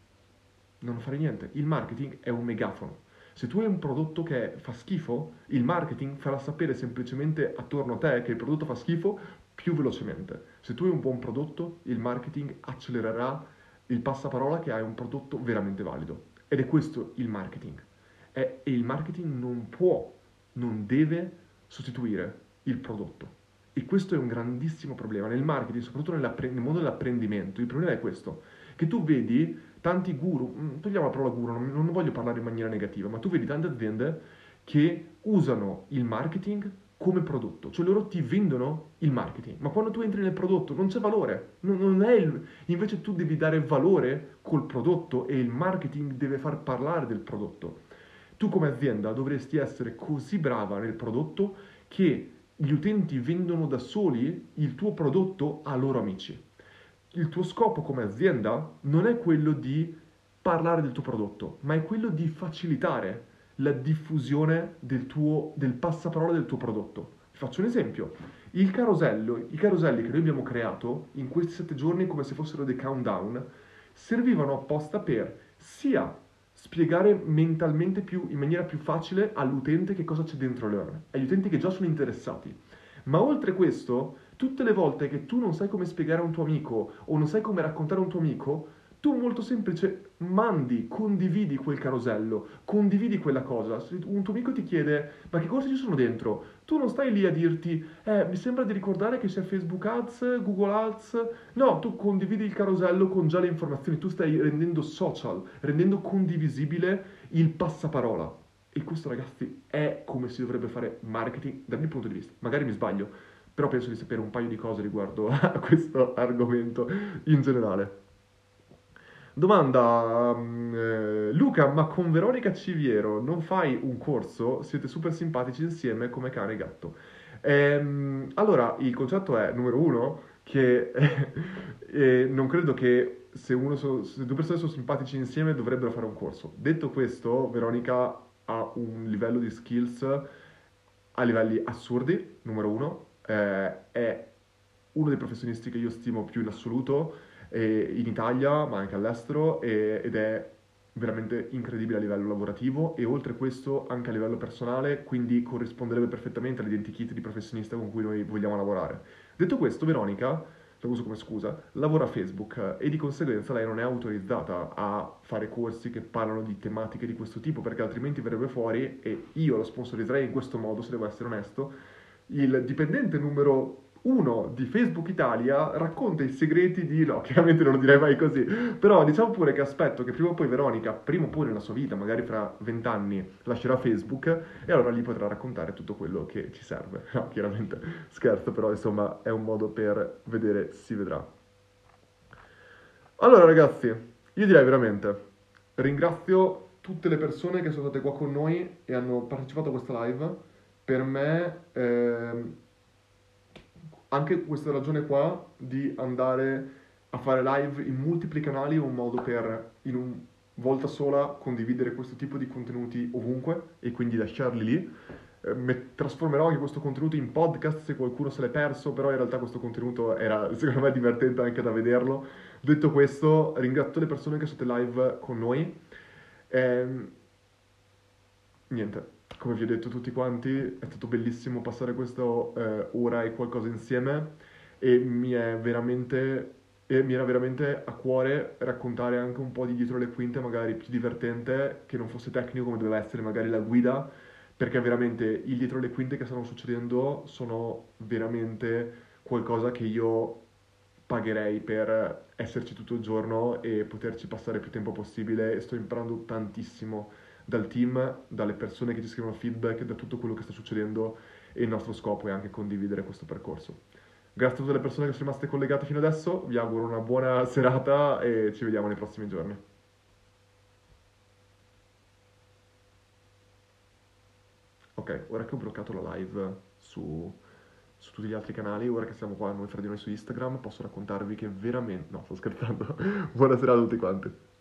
non fare niente. Il marketing è un megafono. Se tu hai un prodotto che fa schifo, il marketing farà sapere semplicemente attorno a te che il prodotto fa schifo più velocemente. Se tu hai un buon prodotto, il marketing accelererà il passaparola che hai un prodotto veramente valido. Ed è questo il marketing. E il marketing non può, non deve sostituire il prodotto. E questo è un grandissimo problema. Nel marketing, soprattutto nel mondo dell'apprendimento, il problema è questo, che tu vedi tanti guru, togliamo la parola guru, non voglio parlare in maniera negativa, ma tu vedi tante aziende che usano il marketing come prodotto, cioè loro ti vendono il marketing, ma quando tu entri nel prodotto non c'è valore, non è invece tu devi dare valore col prodotto e il marketing deve far parlare del prodotto. Tu come azienda dovresti essere così brava nel prodotto che gli utenti vendono da soli il tuo prodotto a loro amici. Il tuo scopo come azienda non è quello di parlare del tuo prodotto, ma è quello di facilitare la diffusione del passaparola del tuo prodotto. Vi faccio un esempio. I caroselli che noi abbiamo creato in questi 7 giorni come se fossero dei countdown, servivano apposta per sia spiegare mentalmente in maniera più facile all'utente che cosa c'è dentro Learn, agli utenti che già sono interessati. Ma oltre questo, tutte le volte che tu non sai come spiegare a un tuo amico o non sai come raccontare a un tuo amico, tu molto semplice condividi quel carosello, condividi quella cosa. Se un tuo amico ti chiede ma che cosa ci sono dentro, tu non stai lì a dirti mi sembra di ricordare che c'è Facebook Ads, Google Ads. No, tu condividi il carosello con già le informazioni, tu stai rendendo social, rendendo condivisibile il passaparola. E questo, ragazzi, è come si dovrebbe fare marketing dal mio punto di vista. Magari mi sbaglio, però penso di sapere un paio di cose riguardo a questo argomento in generale. Domanda, Luca, ma con Veronica Civiero non fai un corso? Siete super simpatici insieme come cane e gatto. Allora, il concetto è, numero uno, che non credo che se due persone sono simpatici insieme dovrebbero fare un corso. Detto questo, Veronica ha un livello di skills a livelli assurdi, numero uno, è uno dei professionisti che io stimo più in assoluto in Italia, ma anche all'estero, ed è veramente incredibile a livello lavorativo e oltre questo anche a livello personale, quindi corrisponderebbe perfettamente all'identikit di professionista con cui noi vogliamo lavorare. Detto questo, Veronica, la uso come scusa, lavora a Facebook e di conseguenza lei non è autorizzata a fare corsi che parlano di tematiche di questo tipo perché altrimenti verrebbe fuori, e io lo sponsorizzerei in questo modo se devo essere onesto, il dipendente numero uno di Facebook Italia racconta i segreti di... No, chiaramente non lo direi mai così, però diciamo pure che aspetto che prima o poi Veronica, prima o poi nella sua vita, magari fra 20 anni, lascerà Facebook e allora lì potrà raccontare tutto quello che ci serve. No, chiaramente scherzo, però insomma è un modo per vedere, si vedrà. Allora ragazzi, io direi veramente, ringrazio tutte le persone che sono state qua con noi e hanno partecipato a questa live. Per me anche questa ragione qua di andare a fare live in multipli canali è un modo per in un volta sola condividere questo tipo di contenuti ovunque e quindi lasciarli lì. Trasformerò anche questo contenuto in podcast se qualcuno se l'è perso, però in realtà questo contenuto era secondo me divertente anche da vederlo. Detto questo, ringrazio le persone che sono state live con noi. Ehm, Niente, come vi ho detto tutti quanti, è stato bellissimo passare questa ora e qualcosa insieme e mi era veramente a cuore raccontare anche un po' di dietro le quinte, magari più divertente, che non fosse tecnico come doveva essere magari la guida, perché veramente il dietro le quinte che stanno succedendo sono veramente qualcosa che io pagherei per esserci tutto il giorno e poterci passare più tempo possibile e sto imparando tantissimo dal team, dalle persone che ci scrivono feedback, da tutto quello che sta succedendo e il nostro scopo è anche condividere questo percorso. Grazie a tutte le persone che sono rimaste collegate fino adesso, vi auguro una buona serata e ci vediamo nei prossimi giorni. Ok, ora che ho bloccato la live su tutti gli altri canali, ora che siamo qua noi fra di noi su Instagram, posso raccontarvi che veramente... No, sto scherzando. Buona serata a tutti quanti.